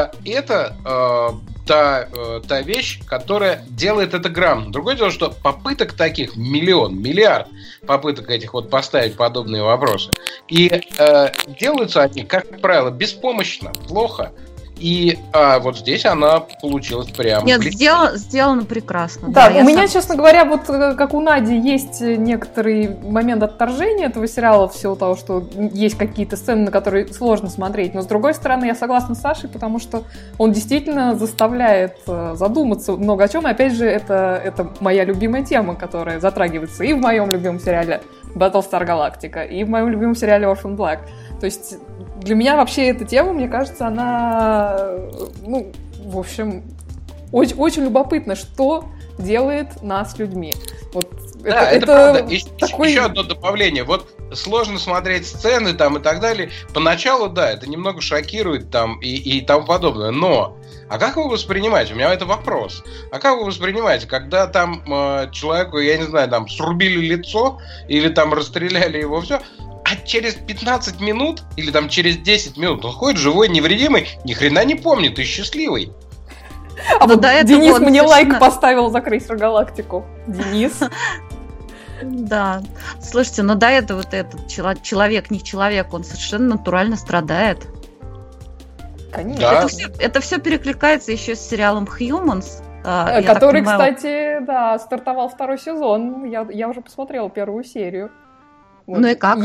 это та вещь, которая делает это грамотно. Другое дело, что попыток таких миллиард попыток этих вот поставить подобные вопросы. И делаются они, как правило, беспомощно, плохо. И вот здесь она получилась прямо... Нет, сделано прекрасно. Да, у меня, честно говоря, вот как у Нади, есть некоторый момент отторжения этого сериала в силу того, что есть какие-то сцены, на которые сложно смотреть. Но, с другой стороны, я согласна с Сашей, потому что он действительно заставляет задуматься много о чем. И, опять же, это моя любимая тема, которая затрагивается и в моем любимом сериале Battlestar Galactica, и в моем любимом сериале Orphan Black. То есть для меня вообще эта тема, мне кажется, она, в общем, очень, очень любопытно, что делает нас людьми. Вот да, это правда. Еще одно добавление. Вот сложно смотреть сцены там и так далее. Поначалу, да, это немного шокирует там и тому подобное. Но а как вы воспринимаете? У меня это вопрос. А как вы воспринимаете, когда там человеку, я не знаю, там срубили лицо или там расстреляли его, все, а через 15 минут или там через 10 минут он ходит живой, невредимый, ни хрена не помнит и счастливый. А вот Денис мне лайк поставил за Крейсер Галактику. Денис. Да. Слушайте, до этого вот этот человек, не человек, он совершенно натурально страдает. Конечно. Да. Это все перекликается еще с сериалом Humans. Который, кстати, да, стартовал 2-й сезон. Я уже посмотрела 1-ю серию. Вот. Ну и как?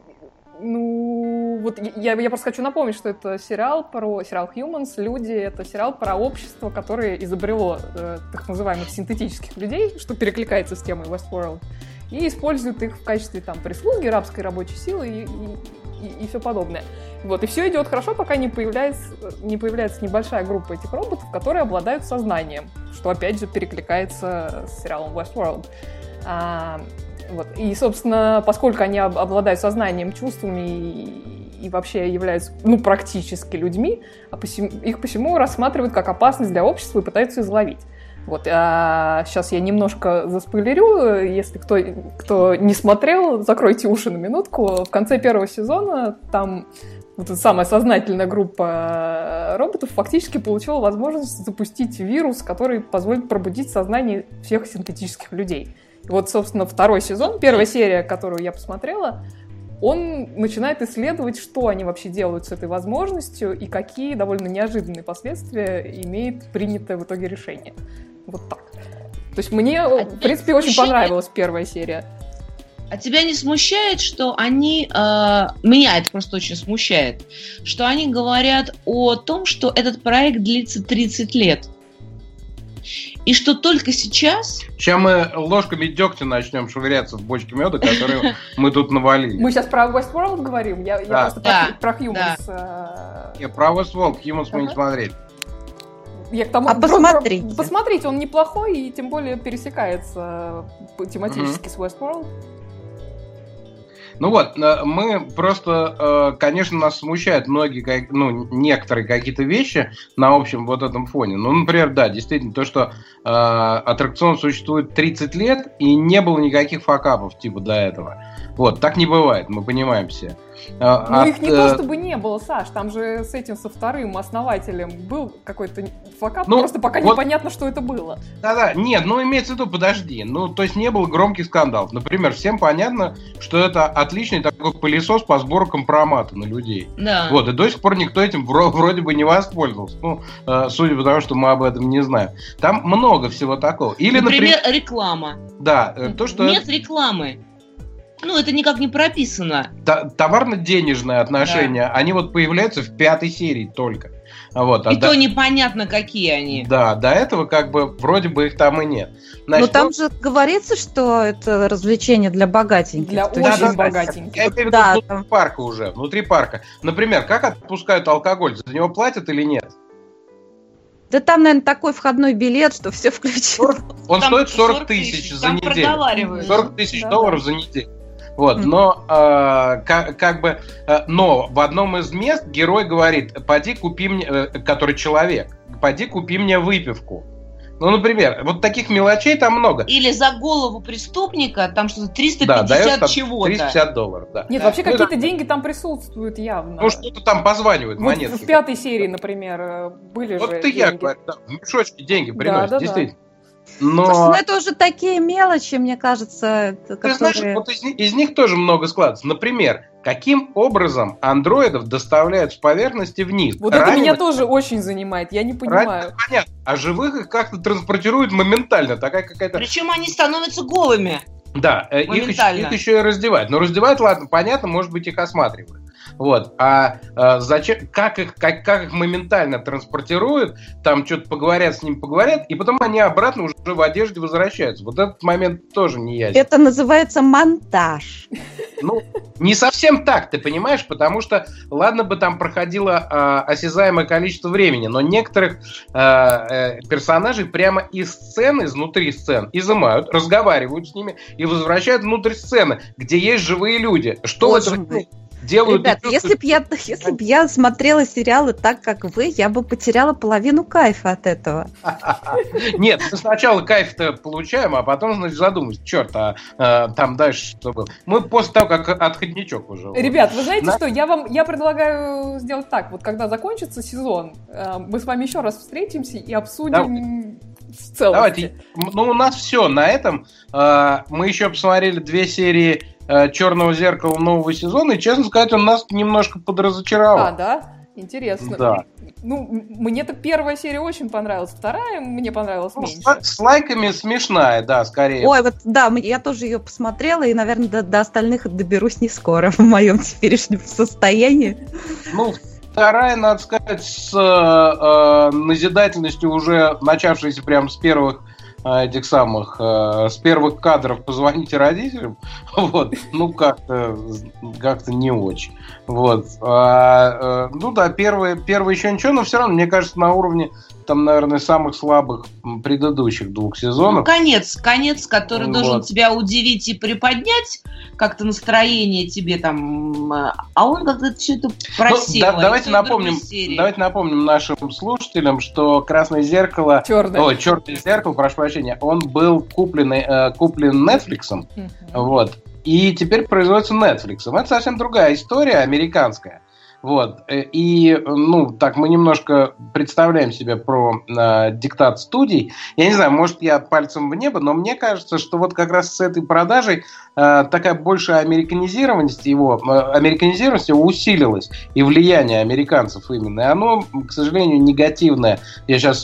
Я просто хочу напомнить, что это сериал Humans, люди, это сериал про общество, которое изобрело так называемых синтетических людей, что перекликается с темой Westworld, и используют их в качестве там прислуги, рабской рабочей силы и все подобное. Вот, и все идет хорошо, пока не появляется небольшая группа этих роботов, которые обладают сознанием, что опять же перекликается с сериалом Westworld. Вот. И, собственно, поскольку они обладают сознанием, чувствами и вообще являются, практически людьми, их посему рассматривают как опасность для общества и пытаются изловить. Вот. А сейчас я немножко заспойлерю. Если кто не смотрел, закройте уши на минутку. В конце первого сезона там вот эта самая сознательная группа роботов фактически получила возможность запустить вирус, который позволит пробудить сознание всех синтетических людей. И вот, собственно, второй сезон, первая серия, которую я посмотрела, он начинает исследовать, что они вообще делают с этой возможностью и какие довольно неожиданные последствия имеет принятое в итоге решение. Вот так. То есть мне, в принципе, очень понравилась первая серия. А тебя не смущает, что они... меня это просто очень смущает, что они говорят о том, что этот проект длится 30 лет. И что только сейчас... Сейчас мы ложками дегтя начнем швыряться в бочке меда, которую мы тут навалили. Мы сейчас про Westworld говорим? Я просто про Humans. Про Westworld, Humans мы не смотрели. Я к тому, посмотрите. Посмотрите, он неплохой и тем более пересекается тематически с Westworld. Ну вот, мы просто, конечно, нас смущают некоторые какие-то вещи на общем вот этом фоне. Ну, например, да, действительно, то, что аттракцион существует 30 лет и не было никаких факапов типа до этого. Вот, так не бывает, мы понимаем все. Их не то чтобы не было, Саш, там же со вторым основателем был какой-то факап, просто пока непонятно, что это было. Да-да, нет, имеется в виду, подожди, то есть не было громких скандалов. Например, всем понятно, что это отличный такой пылесос по сбору компромата на людей. Да. Вот, и до сих пор никто этим вроде бы не воспользовался. Судя по тому, что мы об этом не знаем. Там много всего такого. Или, например, реклама. Да, то, что... Нет рекламы. Это никак не прописано. Товарно-денежные отношения, да. Они вот появляются в 5-й серии только. Вот, то непонятно, какие они. Да, до этого как бы вроде бы их там и нет. Значит, но там же говорится, что это развлечение для богатеньких. Для очень богатеньких. Я имею в виду внутри парка уже, внутри парка. Например, как отпускают алкоголь? За него платят или нет? Да там, наверное, такой входной билет, что все включено. Он стоит 40 тысяч за неделю. 40 тысяч долларов за неделю. Вот, но но в одном из мест герой говорит: поди купи мне, который человек, поди купи мне выпивку. Например, вот таких мелочей там много. Или за голову преступника там что-то 350 чего-то. $350, да. Нет, вообще какие-то деньги там присутствуют явно. Что-то там позванивают, монетки. В 5-й серии, например, были же вот деньги. Вот я говорю, в мешочке деньги приносят, действительно. Но... Слушай, это уже такие мелочи, мне кажется, которые... Ты знаешь, вот из них тоже много складывается. Например, каким образом андроидов доставляют с поверхности вниз? Вот это меня тоже очень занимает, я не понимаю. Понятно, а живых их как-то транспортируют моментально, такая какая-то... Причем они становятся голыми. Да, их еще и раздевают. Но раздевают, ладно, понятно, может быть, их осматривают. Вот. Зачем, как их моментально транспортируют, там что-то поговорят, и потом они обратно уже в одежде возвращаются. Вот этот момент тоже не ясен. Это называется монтаж. Не совсем так, ты понимаешь, потому что, ладно бы там проходило осязаемое количество времени, но некоторых персонажей прямо из сцены, изнутри сцен, изымают, разговаривают с ними и возвращают внутрь сцены, где есть живые люди. Что это делают? Ребят, если б я смотрела сериалы так, как вы, я бы потеряла половину кайфа от этого. Нет, мы сначала кайф-то получаем, а потом, значит, задумаемся, черт, там дальше что было. Мы после того, как отходничок уже. Ребят, вы знаете что, я предлагаю сделать так, вот когда закончится сезон, мы с вами еще раз встретимся и обсудим в целости. Давайте, у нас все на этом. Мы еще посмотрели 2 серии «Черного зеркала» нового сезона, и, честно сказать, он нас немножко подразочаровал. Да? Интересно. Да. Мне-то первая серия очень понравилась, вторая мне понравилась меньше. С лайками смешная, да, скорее. Ой, вот да, я тоже ее посмотрела, и, наверное, до остальных доберусь не скоро в моем теперешнем состоянии. Вторая, надо сказать, с назидательностью, уже начавшейся прямо с первых этих самых, с первых кадров «Позвоните родителям», вот, как-то не очень. Вот. Первый еще ничего, но все равно, мне кажется, на уровне там, наверное, самых слабых предыдущих 2 сезонов. Ну, конец, который должен тебя удивить и приподнять, как-то настроение тебе там, а он как-то все это просел. Давайте напомним нашим слушателям, что «Красное зеркало», «Черное зеркало», прошу прощения, он был куплен Netflix'ом, вот, и теперь производится Netflix'ом. Это совсем другая история, американская. Вот. И, так мы немножко представляем себе про диктат студий. Я не знаю, может, я пальцем в небо, но мне кажется, что вот как раз с этой продажей такая большая американизированность его усилилась, и влияние американцев именно. И оно, к сожалению, негативное. Я сейчас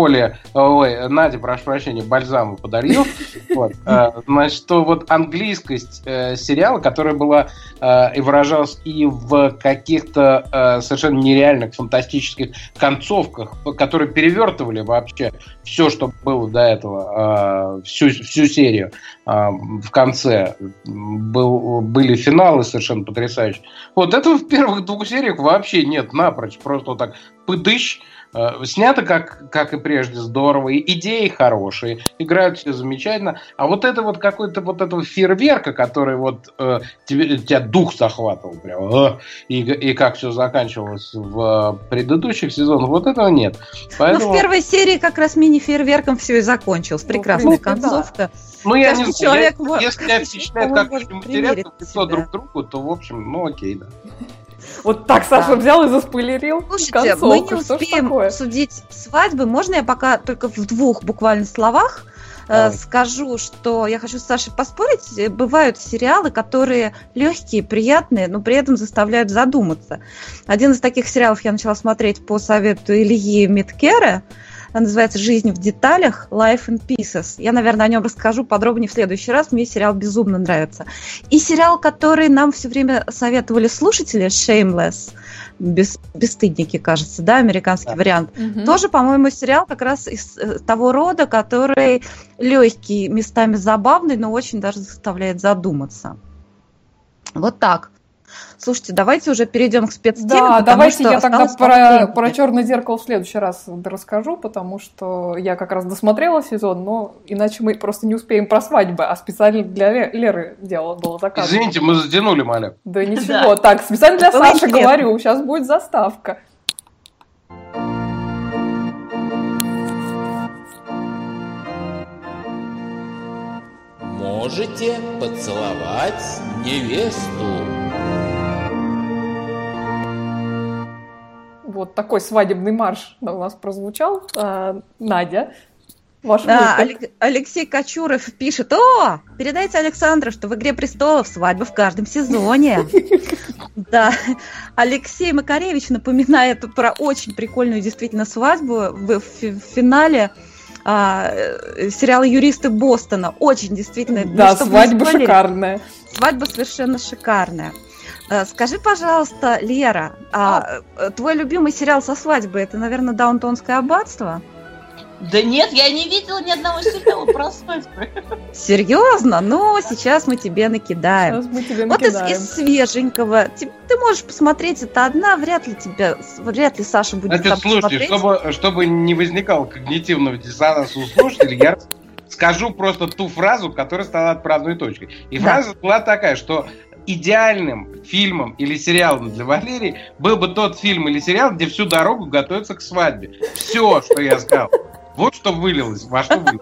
Наде, прошу прощения, бальзаму подолью. Вот. Значит, что вот английскость сериала, которая была и выражалась и в каких-то совершенно нереальных, фантастических концовках, которые перевертывали вообще все, что было до этого, всю серию. В конце были финалы совершенно потрясающие. Вот этого в первых 2 сериях вообще нет напрочь. Просто вот так пыдыщ. Снято, как и прежде, здорово, и идеи хорошие, играют все замечательно, а вот это вот какой-то вот этого фейерверка, который вот тебя дух захватывал прям, и как все заканчивалось в предыдущих сезонах, вот этого нет. Поэтому... в первой серии как раз мини-фейерверком все и закончилось, прекрасная концовка. Да. Я не знаю, если тебя впечатляет, как люди матерятся в лицо друг другу, то, в общем, окей, да. Вот так Саша взял и заспойлерил. Слушайте, мы не успеем обсудить свадьбы. Можно я пока только в 2 буквально словах скажу, что я хочу с Сашей поспорить. Бывают сериалы, которые легкие, приятные, но при этом заставляют задуматься. Один из таких сериалов я начала смотреть по совету Ильи Миткера. Называется «Жизнь в деталях», «Life in Pieces». Я, наверное, о нем расскажу подробнее в следующий раз. Мне сериал безумно нравится. И сериал, который нам все время советовали слушатели, «Shameless», «Бесстыдники», кажется, да, американский вариант. Тоже, по-моему, сериал как раз из того рода, который легкий, местами забавный, но очень даже заставляет задуматься. Вот так. Слушайте, давайте уже перейдем к спецтеме. Да, давайте я тогда про «Черное зеркало» в следующий раз расскажу, потому что я как раз досмотрела сезон, но иначе мы просто не успеем про свадьбы, а специально для Леры дело было заказано. Извините, мы затянули, Маля. Да ничего, да. Так, специально для Саши говорю, сейчас будет заставка. Можете поцеловать невесту. Вот такой свадебный марш у нас прозвучал. Надя, ваш Алексей Кочуров пишет: передайте Александру, что в «Игре престолов» свадьба в каждом сезоне. Да, Алексей Макаревич напоминает про очень прикольную действительно свадьбу в финале сериала «Юристы Бостона». Очень действительно. Да, свадьба шикарная. Свадьба совершенно шикарная. Скажи, пожалуйста, Лера, твой любимый сериал со свадьбой — это, наверное, «Даунтонское аббатство»? Да нет, я не видела ни одного сериала про свадьбу. Серьезно? Ну, сейчас мы тебе накидаем. Вот из свеженького. Ты можешь посмотреть это одна, вряд ли Саша будет там слушайте, смотреть. Чтобы не возникало когнитивного диссонанса у слушателей, я скажу просто ту фразу, которая стала отправной точкой. И фраза была такая, что идеальным фильмом или сериалом для Валерии был бы тот фильм или сериал, где всю дорогу готовятся к свадьбе. Все, что я сказал. Вот что вылилось, во что вылилось.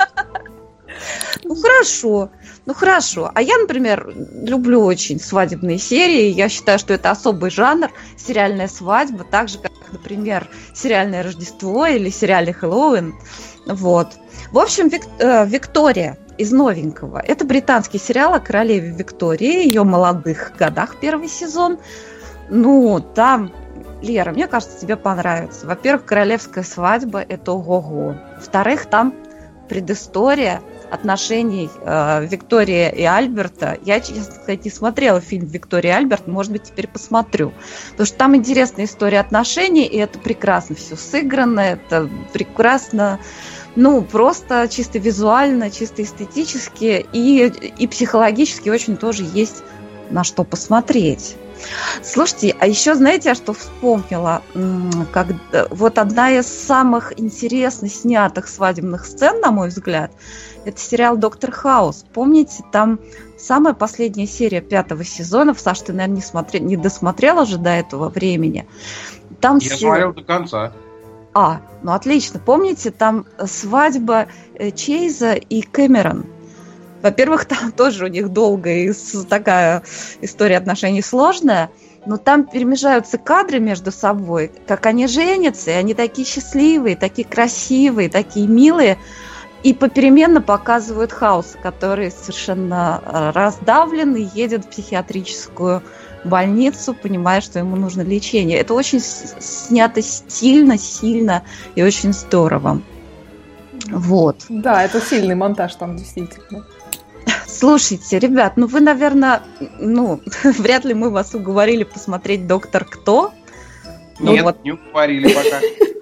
Ну хорошо. А я, например, люблю очень свадебные серии. Я считаю, что это особый жанр, сериальная свадьба, так же, как, например, сериальное Рождество или сериальный Хэллоуин. Вот. В общем, Виктория из новенького. Это британский сериал о королеве Виктории, ее молодых годах, первый сезон. Ну, там, Лера, мне кажется, тебе понравится. Во-первых, королевская свадьба – это ого-го. Во-вторых, там предыстория отношений Виктории и Альберта. Я, честно сказать, не смотрела фильм «Виктория и Альберт», может быть, теперь посмотрю. Потому что там интересная история отношений, и это прекрасно все сыграно, это прекрасно, ну, просто чисто визуально, чисто эстетически и психологически очень тоже есть на что посмотреть. Слушайте, а еще знаете, я что вспомнила? Вот одна из самых интересно снятых свадебных сцен, на мой взгляд, это сериал «Доктор Хаус». Помните, там самая последняя серия 5-го сезона, Саша, ты, наверное, не досмотрел уже до этого времени. Там я смотрел до конца. Ну отлично. Помните, там свадьба Чейза и Кэмерон? Во-первых, там тоже у них долгая такая история отношений сложная, но там перемежаются кадры между собой, как они женятся, и они такие счастливые, такие красивые, такие милые, и попеременно показывают Хауса, который совершенно раздавлен и едет в психиатрическую больницу, понимая, что ему нужно лечение. Это очень снято стильно, сильно и очень здорово. Вот. Да, это сильный монтаж там действительно. Слушайте, ребят, вы, наверное, вряд ли мы вас уговорили посмотреть «Доктор Кто». Нет, не уговорили пока.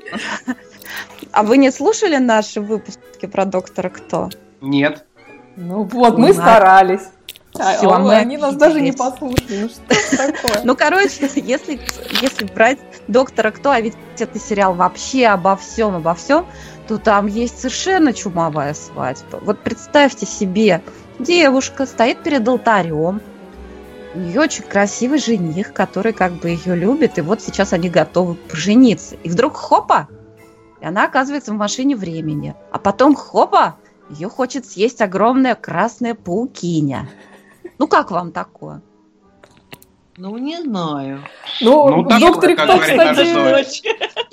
А вы не слушали наши выпуски про «Доктора Кто»? Нет. Мы старались. Они нас даже не офигеть. послушали. Что такое? Короче, если брать «Доктора Кто», а ведь это сериал вообще обо всем, то там есть совершенно чумовая свадьба. Вот представьте себе, девушка стоит перед алтарем, у нее очень красивый жених, который как бы ее любит, и вот сейчас они готовы пожениться. И вдруг хопа, и она оказывается в машине времени. А потом хопа, ее хочет съесть огромная красная паукиня. Как вам такое? Не знаю. В «Докторе Кто», кстати...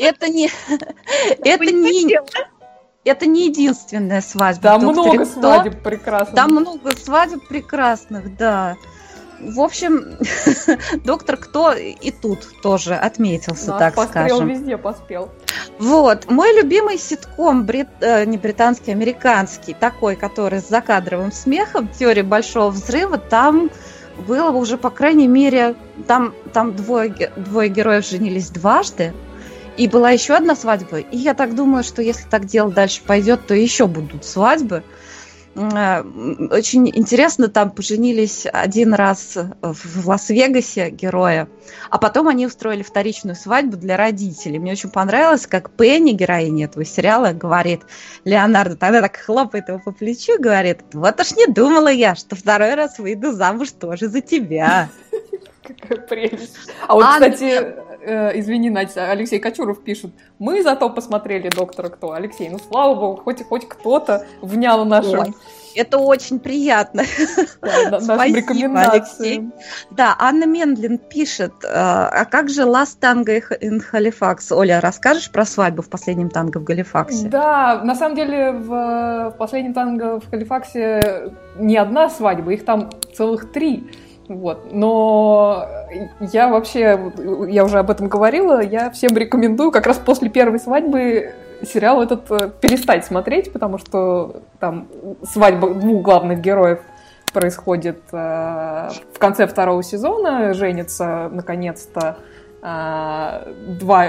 Это не единственная свадьба. Там много свадеб прекрасных. Там много свадеб прекрасных, да. В общем, «Доктор Кто» и тут тоже отметился, так скажем. Везде поспел. Вот. Мой любимый ситком, не британский, американский, такой, который с закадровым смехом, «Теория большого взрыва», там было уже, по крайней мере, там двое героев женились дважды, и была еще одна свадьба. И я так думаю, что если так дело дальше пойдет, то еще будут свадьбы. Очень интересно, там поженились один раз в Лас-Вегасе герои, а потом они устроили вторичную свадьбу для родителей. Мне очень понравилось, как Пенни, героиня этого сериала, говорит Леонардо, тогда так хлопает его по плечу и говорит: вот уж не думала я, что второй раз выйду замуж тоже за тебя. Какая прелесть. Кстати, извини, Надя, Алексей Кочуров пишет: мы зато посмотрели «Доктора Кто». Алексей, слава богу, хоть кто-то внял нашим... Это очень приятно. Нашим рекомендациям. Да, Анна Мендлин пишет: а как же «Last Tango in Halifax»? Оля, расскажешь про свадьбу в «Последнем танго в Галифаксе»? Да, на самом деле в «Последнем танго в Галифаксе» не одна свадьба, их там целых 3. Но я уже об этом говорила, я всем рекомендую как раз после первой свадьбы сериал этот перестать смотреть, потому что там свадьба 2 главных героев происходит в конце 2-го сезона, женятся наконец-то 2,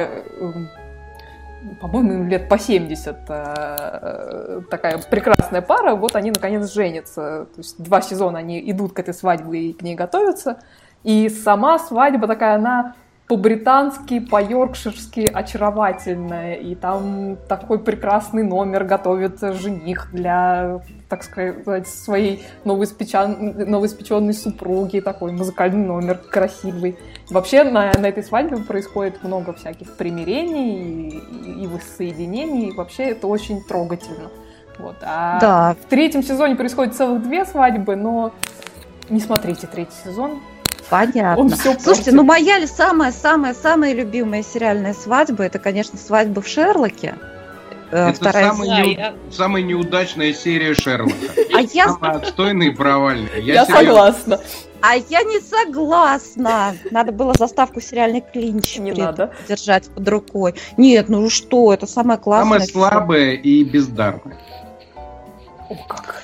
по-моему, им лет по 70, такая прекрасная пара, они наконец женятся. То есть 2 сезона они идут к этой свадьбе и к ней готовятся. И сама свадьба такая, она по-британски, по-йоркширски очаровательная. И там такой прекрасный номер готовит жених для, так сказать, своей новоиспеченной супруги. Такой музыкальный номер красивый. Вообще на этой свадьбе происходит много всяких примирений и воссоединений. И вообще это очень трогательно. Да. В 3-м сезоне происходит целых 2 свадьбы, но не смотрите 3-й сезон. Понятно. Слушайте, моя самая любимая сериальная свадьба — это, конечно, свадьба в «Шерлоке». Это самая неудачная серия «Шерлока». Самая отстойная и провальная. Я согласна. А я не согласна. Надо было заставку «Сериальный клинч» держать под рукой. Нет, что, это самое классное. Самое слабое и бездарное. О, как.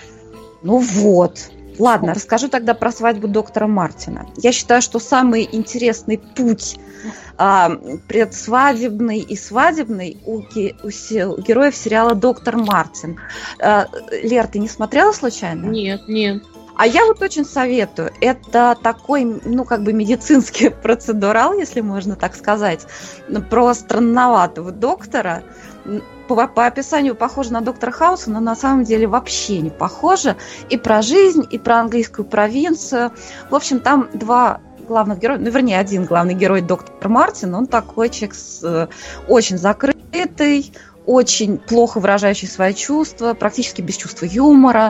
Ладно, расскажу тогда про свадьбу доктора Мартина. Я считаю, что самый интересный путь предсвадебный и свадебный у героев сериала «Доктор Мартин». Лер, ты не смотрела случайно? Нет. А я вот очень советую. Это такой, ну, как бы медицинский процедурал, если можно так сказать, про странноватого доктора. По описанию похоже на доктора Хауса, но на самом деле вообще не похоже. И про жизнь, и про английскую провинцию. В общем, там два главных героев, ну, вернее, один главный герой, доктор Мартин, он такой человек очень закрытый, очень плохо выражающий свои чувства, практически без чувства юмора,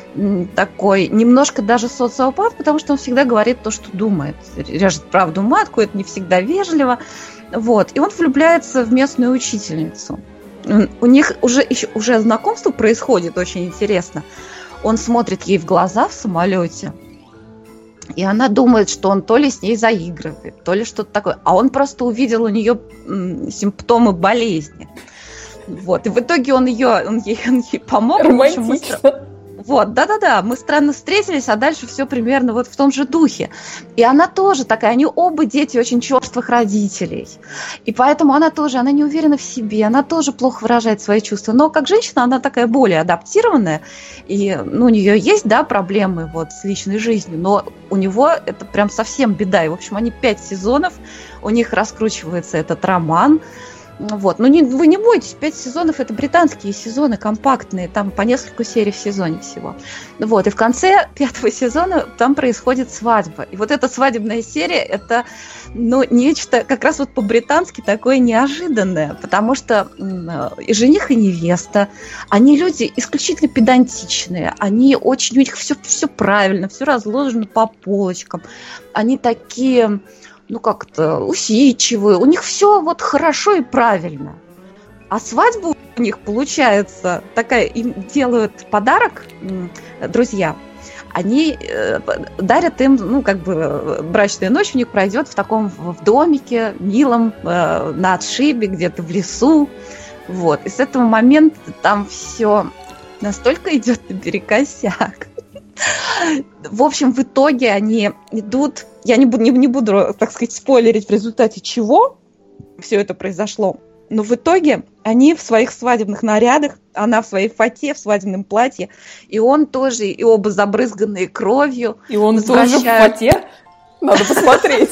такой немножко даже социопат, потому что он всегда говорит то, что думает. Режет правду матку, это не всегда вежливо. Вот. И он влюбляется в местную учительницу. У них уже знакомство происходит очень интересно. Он смотрит ей в глаза в самолете, и она думает, что он то ли с ней заигрывает, то ли что-то такое. А он просто увидел у нее симптомы болезни. Вот. И в итоге он ей помог. Романтично. Вот, да-да-да, мы странно встретились, а дальше все примерно вот в том же духе. И она тоже такая, они оба дети очень черствых родителей. И поэтому она не уверена в себе, она тоже плохо выражает свои чувства. Но как женщина она такая более адаптированная, и у нее есть, да, проблемы вот с личной жизнью, но у него это прям совсем беда. И, в общем, они 5 сезонов, у них раскручивается этот роман. Вот. Но вы не бойтесь, 5 сезонов – это британские сезоны, компактные, там по несколько серий в сезоне всего. Вот. И в конце 5-го сезона там происходит свадьба. И вот эта свадебная серия – это нечто как раз вот по-британски такое неожиданное, потому что и жених, и невеста, они люди исключительно педантичные, у них все правильно, все разложено по полочкам, они такие... как-то усидчивые, у них все вот хорошо и правильно. А свадьба у них получается такая, им делают подарок друзья, они дарят им, брачная ночь у них пройдет в домике милом, на отшибе, где-то в лесу. Вот. И с этого момента там все настолько идет наперекосяк. В общем, в итоге они идут... Я не буду, так сказать, спойлерить, в результате чего все это произошло. Но в итоге они в своих свадебных нарядах, она в своей фате, в свадебном платье, и он тоже, и оба забрызганные кровью. И он тоже в фате? Надо посмотреть.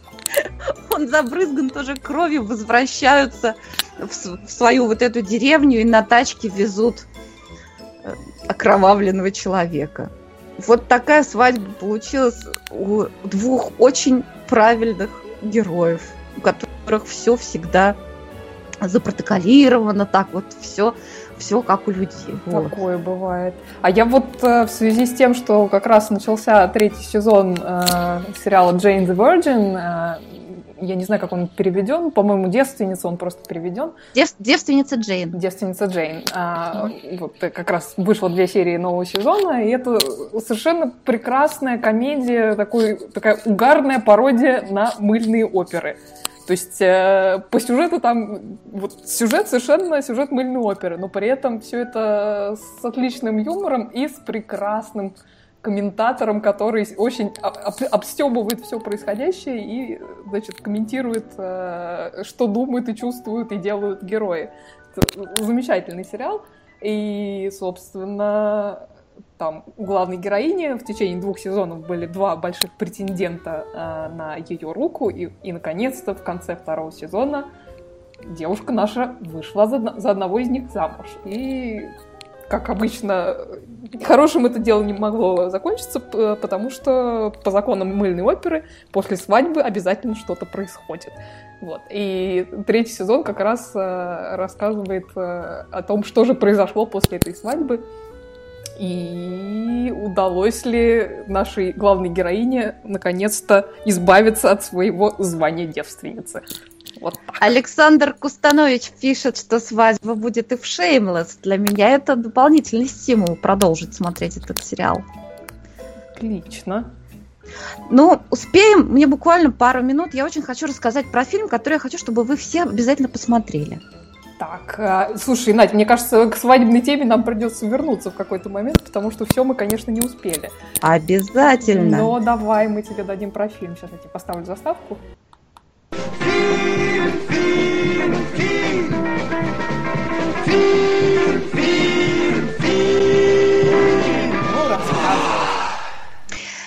Он забрызган тоже кровью, возвращаются в свою вот эту деревню и на тачке везут окровавленного человека. Вот такая свадьба получилась у двух очень правильных героев, у которых все всегда запротоколировано, так вот все как у людей. Такое бывает. А я вот в связи с тем, что как раз начался 3-й сезон сериала Jane the Virgin, я не знаю, как он переведен, по-моему, «Девственница» он просто переведен. «Девственница Джейн». «Девственница Джейн». Вот как раз вышло 2 серии нового сезона, и это совершенно прекрасная комедия, такая угарная пародия на мыльные оперы. То есть по сюжету там сюжет мыльной оперы, но при этом все это с отличным юмором и с прекрасным комментатором, который очень обстебывает все происходящее и, значит, комментирует, что думают и чувствуют и делают герои. Это замечательный сериал. И, собственно, там у главной героини в течение 2 сезонов были 2 больших претендента на ее руку. И, наконец-то, в конце 2-го сезона девушка наша вышла за одного из них замуж. И... как обычно, хорошим это дело не могло закончиться, потому что по законам мыльной оперы после свадьбы обязательно что-то происходит. Вот. И 3-й сезон как раз рассказывает о том, что же произошло после этой свадьбы, и удалось ли нашей главной героине наконец-то избавиться от своего звания девственницы. Вот так. Александр Кустанович пишет, что свадьба будет и в Shameless. Для меня это дополнительный стимул продолжить смотреть этот сериал. Отлично. Успеем, мне буквально пару минут. Я очень хочу рассказать про фильм, который я хочу, чтобы вы все обязательно посмотрели. Так, слушай, Надь, мне кажется, к свадебной теме нам придется вернуться в какой-то момент, потому что все мы, конечно, не успели. Обязательно. Но давай мы тебе дадим про фильм. Сейчас я тебе поставлю заставку.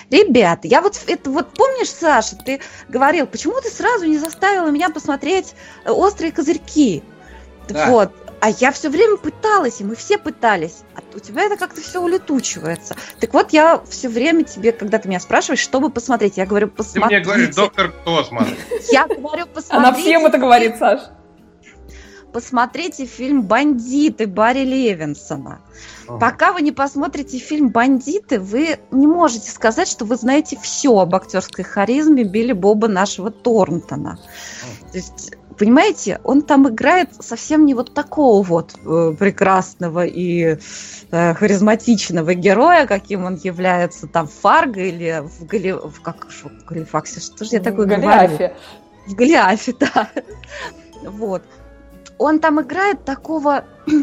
Ребята, я вот это вот помнишь, Саша, ты говорил, почему ты сразу не заставила меня посмотреть «Острые козырьки»? Да. Вот. А я все время пыталась, и мы все пытались. А у тебя это как-то все улетучивается. Так вот, я все время тебе, когда ты меня спрашиваешь, чтобы посмотреть, я говорю, Ты посмотрите. мне говоришь, доктор кто смотрит? Я говорю, посмотрите. Она всем это говорит, Саш. Посмотрите фильм «Бандиты» Барри Левинсона. Пока вы не посмотрите фильм «Бандиты», вы не можете сказать, что вы знаете все об актерской харизме Билли Боба нашего Торнтона. То есть, понимаете, он там играет совсем не вот такого вот прекрасного и харизматичного героя, каким он является там в «Фарго» или в «Галифаксе». Что же я такое говорю? В «Голиафе», да. Вот. Он там играет такого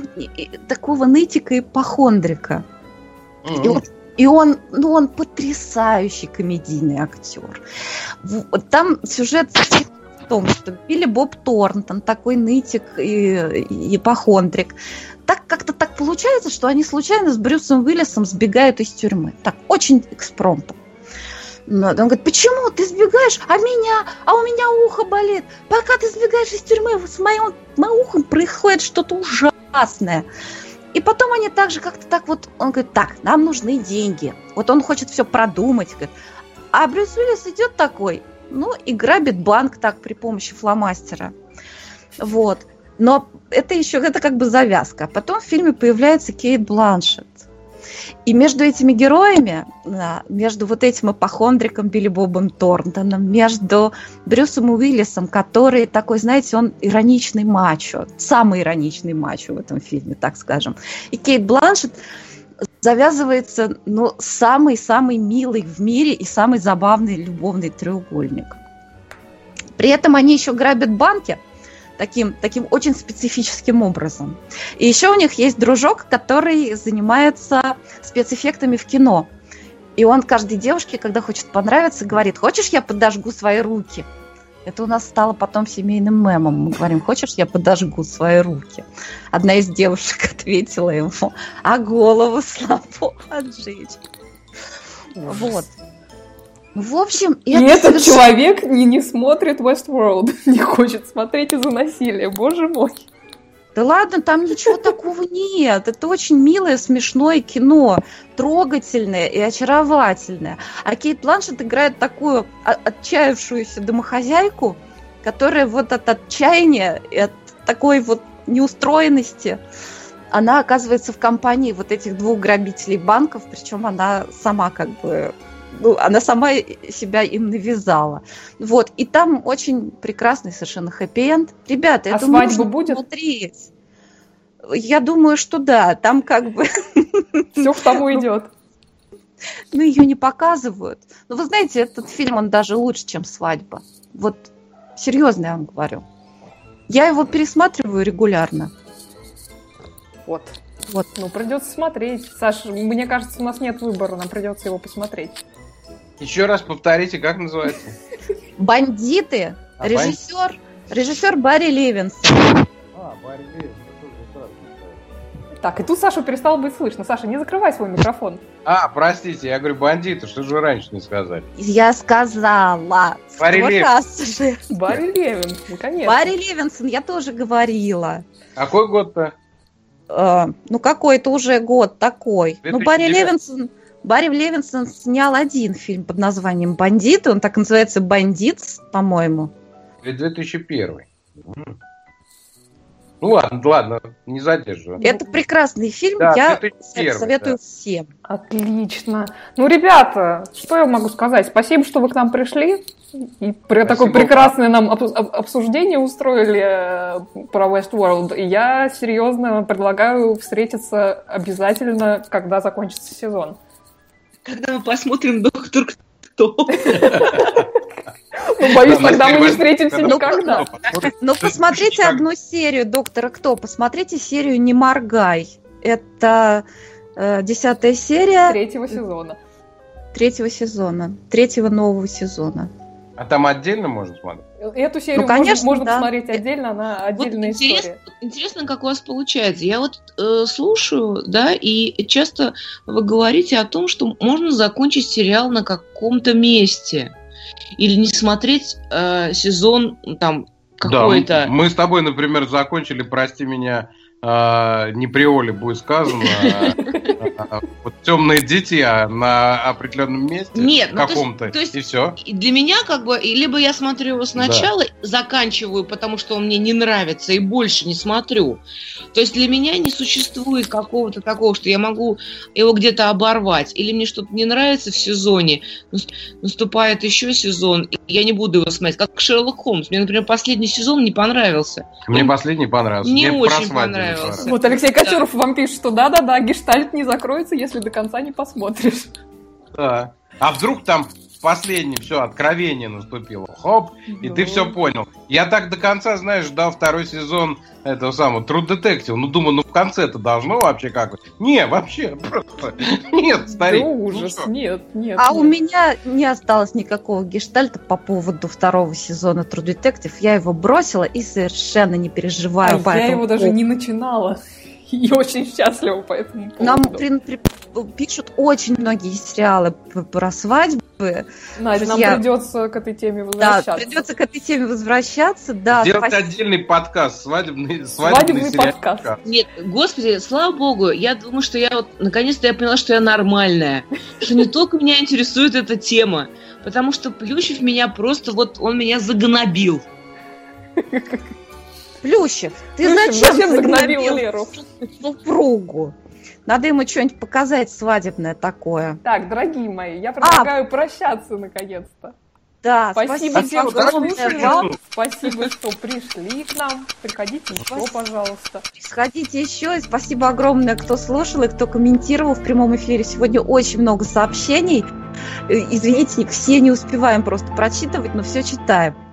нытика и ипохондрика. И он потрясающий комедийный актер. Там сюжет в том, что Билли Боб Торнтон, такой нытик и ипохондрик, как-то так получается, что они случайно с Брюсом Уиллисом сбегают из тюрьмы. Так, очень экспромтом. Он говорит, почему ты сбегаешь, а у меня ухо болит. Пока ты сбегаешь из тюрьмы, с моим ухом происходит что-то ужасное. И потом они также как-то так вот, он говорит, так, нам нужны деньги. Вот он хочет все продумать. Говорит. А Брюс Уиллис идет такой, и грабит банк так при помощи фломастера. Вот. Но это как бы завязка. Потом в фильме появляется Кейт Бланшетт. И между этими героями, между вот этим ипохондриком Билли Бобом Торнтоном, между Брюсом Уиллисом, который такой, знаете, он ироничный мачо, самый ироничный мачо в этом фильме, так скажем, и Кейт Бланшетт, завязывается, самый-самый милый в мире и самый забавный любовный треугольник. При этом они еще грабят банки, таким очень специфическим образом. И еще у них есть дружок, который занимается спецэффектами в кино. И он каждой девушке, когда хочет понравиться, говорит, хочешь, я подожгу свои руки? Это у нас стало потом семейным мемом. Мы говорим, хочешь, я подожгу свои руки? Одна из девушек ответила ему, а голову слабо поджечь. Вот. В общем, и этот человек не смотрит Westworld, не хочет смотреть из-за насилия, боже мой. Да ладно, там ничего такого нет. Это очень милое, смешное кино, трогательное и очаровательное. А Кейт Бланшетт играет такую отчаявшуюся домохозяйку, которая вот от отчаяния и от такой вот неустроенности, она оказывается в компании вот этих двух грабителей банков, причем она сама она сама себя им навязала. Вот. И там очень прекрасный совершенно хэппи-энд. Ребята, это свадьба будет? Смотреть. Я думаю, что да. Там все к тому идет. Ее не показывают. Но вы знаете, этот фильм, он даже лучше, чем «Свадьба». Вот серьезно я вам говорю. Я его пересматриваю регулярно. Вот. Придется смотреть. Саш, мне кажется, у нас нет выбора, нам придется его посмотреть. Еще раз повторите, как называется? «Бандиты». Режиссер Барри Левинсон. Барри Левинсон. Так, и тут Сашу перестало быть слышно. Саша, не закрывай свой микрофон. Простите, я говорю «Бандиты», что же вы раньше не сказали? Я сказала. Барри Левинсон. Барри Левинсон, конечно. Барри Левинсон, я тоже говорила. Какой год-то? Какой-то уже год такой. 2009. Барри Левинсон снял один фильм под названием «Бандиты». Он так называется «Бандитс», по-моему. 2001. Ладно, не задерживаю. Это прекрасный фильм, да, я советую всем. Отлично. Ребята, что я могу сказать? Спасибо, что вы к нам пришли. И такое прекрасное нам обсуждение устроили про Westworld. И я серьезно предлагаю встретиться обязательно, когда закончится сезон. Когда мы посмотрим «Доктор Кто». Боюсь, тогда мы не встретимся никогда. Посмотрите одну серию «Доктора Кто». Посмотрите серию «Не моргай». Это 10-я серия. 3-го сезона. 3-го сезона. 3-го нового сезона. А там отдельно можно смотреть? Эту серию можно посмотреть отдельно, она отдельная история. Интересно, как у вас получается. Я вот слушаю, да, и часто вы говорите о том, что можно закончить сериал на каком-то месте. Или не смотреть сезон там какой-то. Да, мы с тобой, например, закончили, прости меня, не Приоли будет сказано, вот «Темные дитя» на определенном месте, нет, каком-то, то есть, и все. Для меня как бы, либо я смотрю его сначала, заканчиваю, потому что он мне не нравится, и больше не смотрю. То есть для меня не существует какого-то такого, что я могу его где-то оборвать, или мне что-то не нравится в сезоне, наступает еще сезон, и я не буду его смотреть. Как Шерлок Холмс. Мне, например, последний сезон не понравился. Мне последний понравился. Мне очень понравился. Вот Алексей Кочуров вам пишет, что да-да-да, гештальт не закроется, если до конца не посмотришь. Да. А вдруг там в последнем все, откровение наступило. Хоп, и ты все понял. Я так до конца, знаешь, ждал второй сезон этого самого True Detective. Ну, думаю, в конце-то должно вообще как-то. Не, вообще, просто. Нет, старик. Да ужас, нет. У меня не осталось никакого гештальта по поводу второго сезона True Detective. Я его бросила и совершенно не переживаю по этому. Я его даже не начинала. И очень счастлива по этому поводу. Нам пишут очень многие сериалы про свадьбы. Надя, нам придется к этой теме возвращаться. Да, придется к этой теме возвращаться. Да, делать отдельный подкаст, свадебный подкаст. Нет, господи, слава богу, я думаю, что я вот, наконец-то я поняла, что я нормальная. Что не только меня интересует эта тема, потому что Плющев меня просто, вот он меня загнобил. Плющев, ты зачем загнобил Леру? Супругу. Надо ему что-нибудь показать свадебное такое. Так, дорогие мои, я предлагаю прощаться наконец-то. Да, спасибо всем, что слушали. Спасибо, что пришли к нам. Приходите еще, пожалуйста. Приходите еще. И спасибо огромное, кто слушал и кто комментировал в прямом эфире. Сегодня очень много сообщений. Извините, все не успеваем просто прочитывать, но все читаем.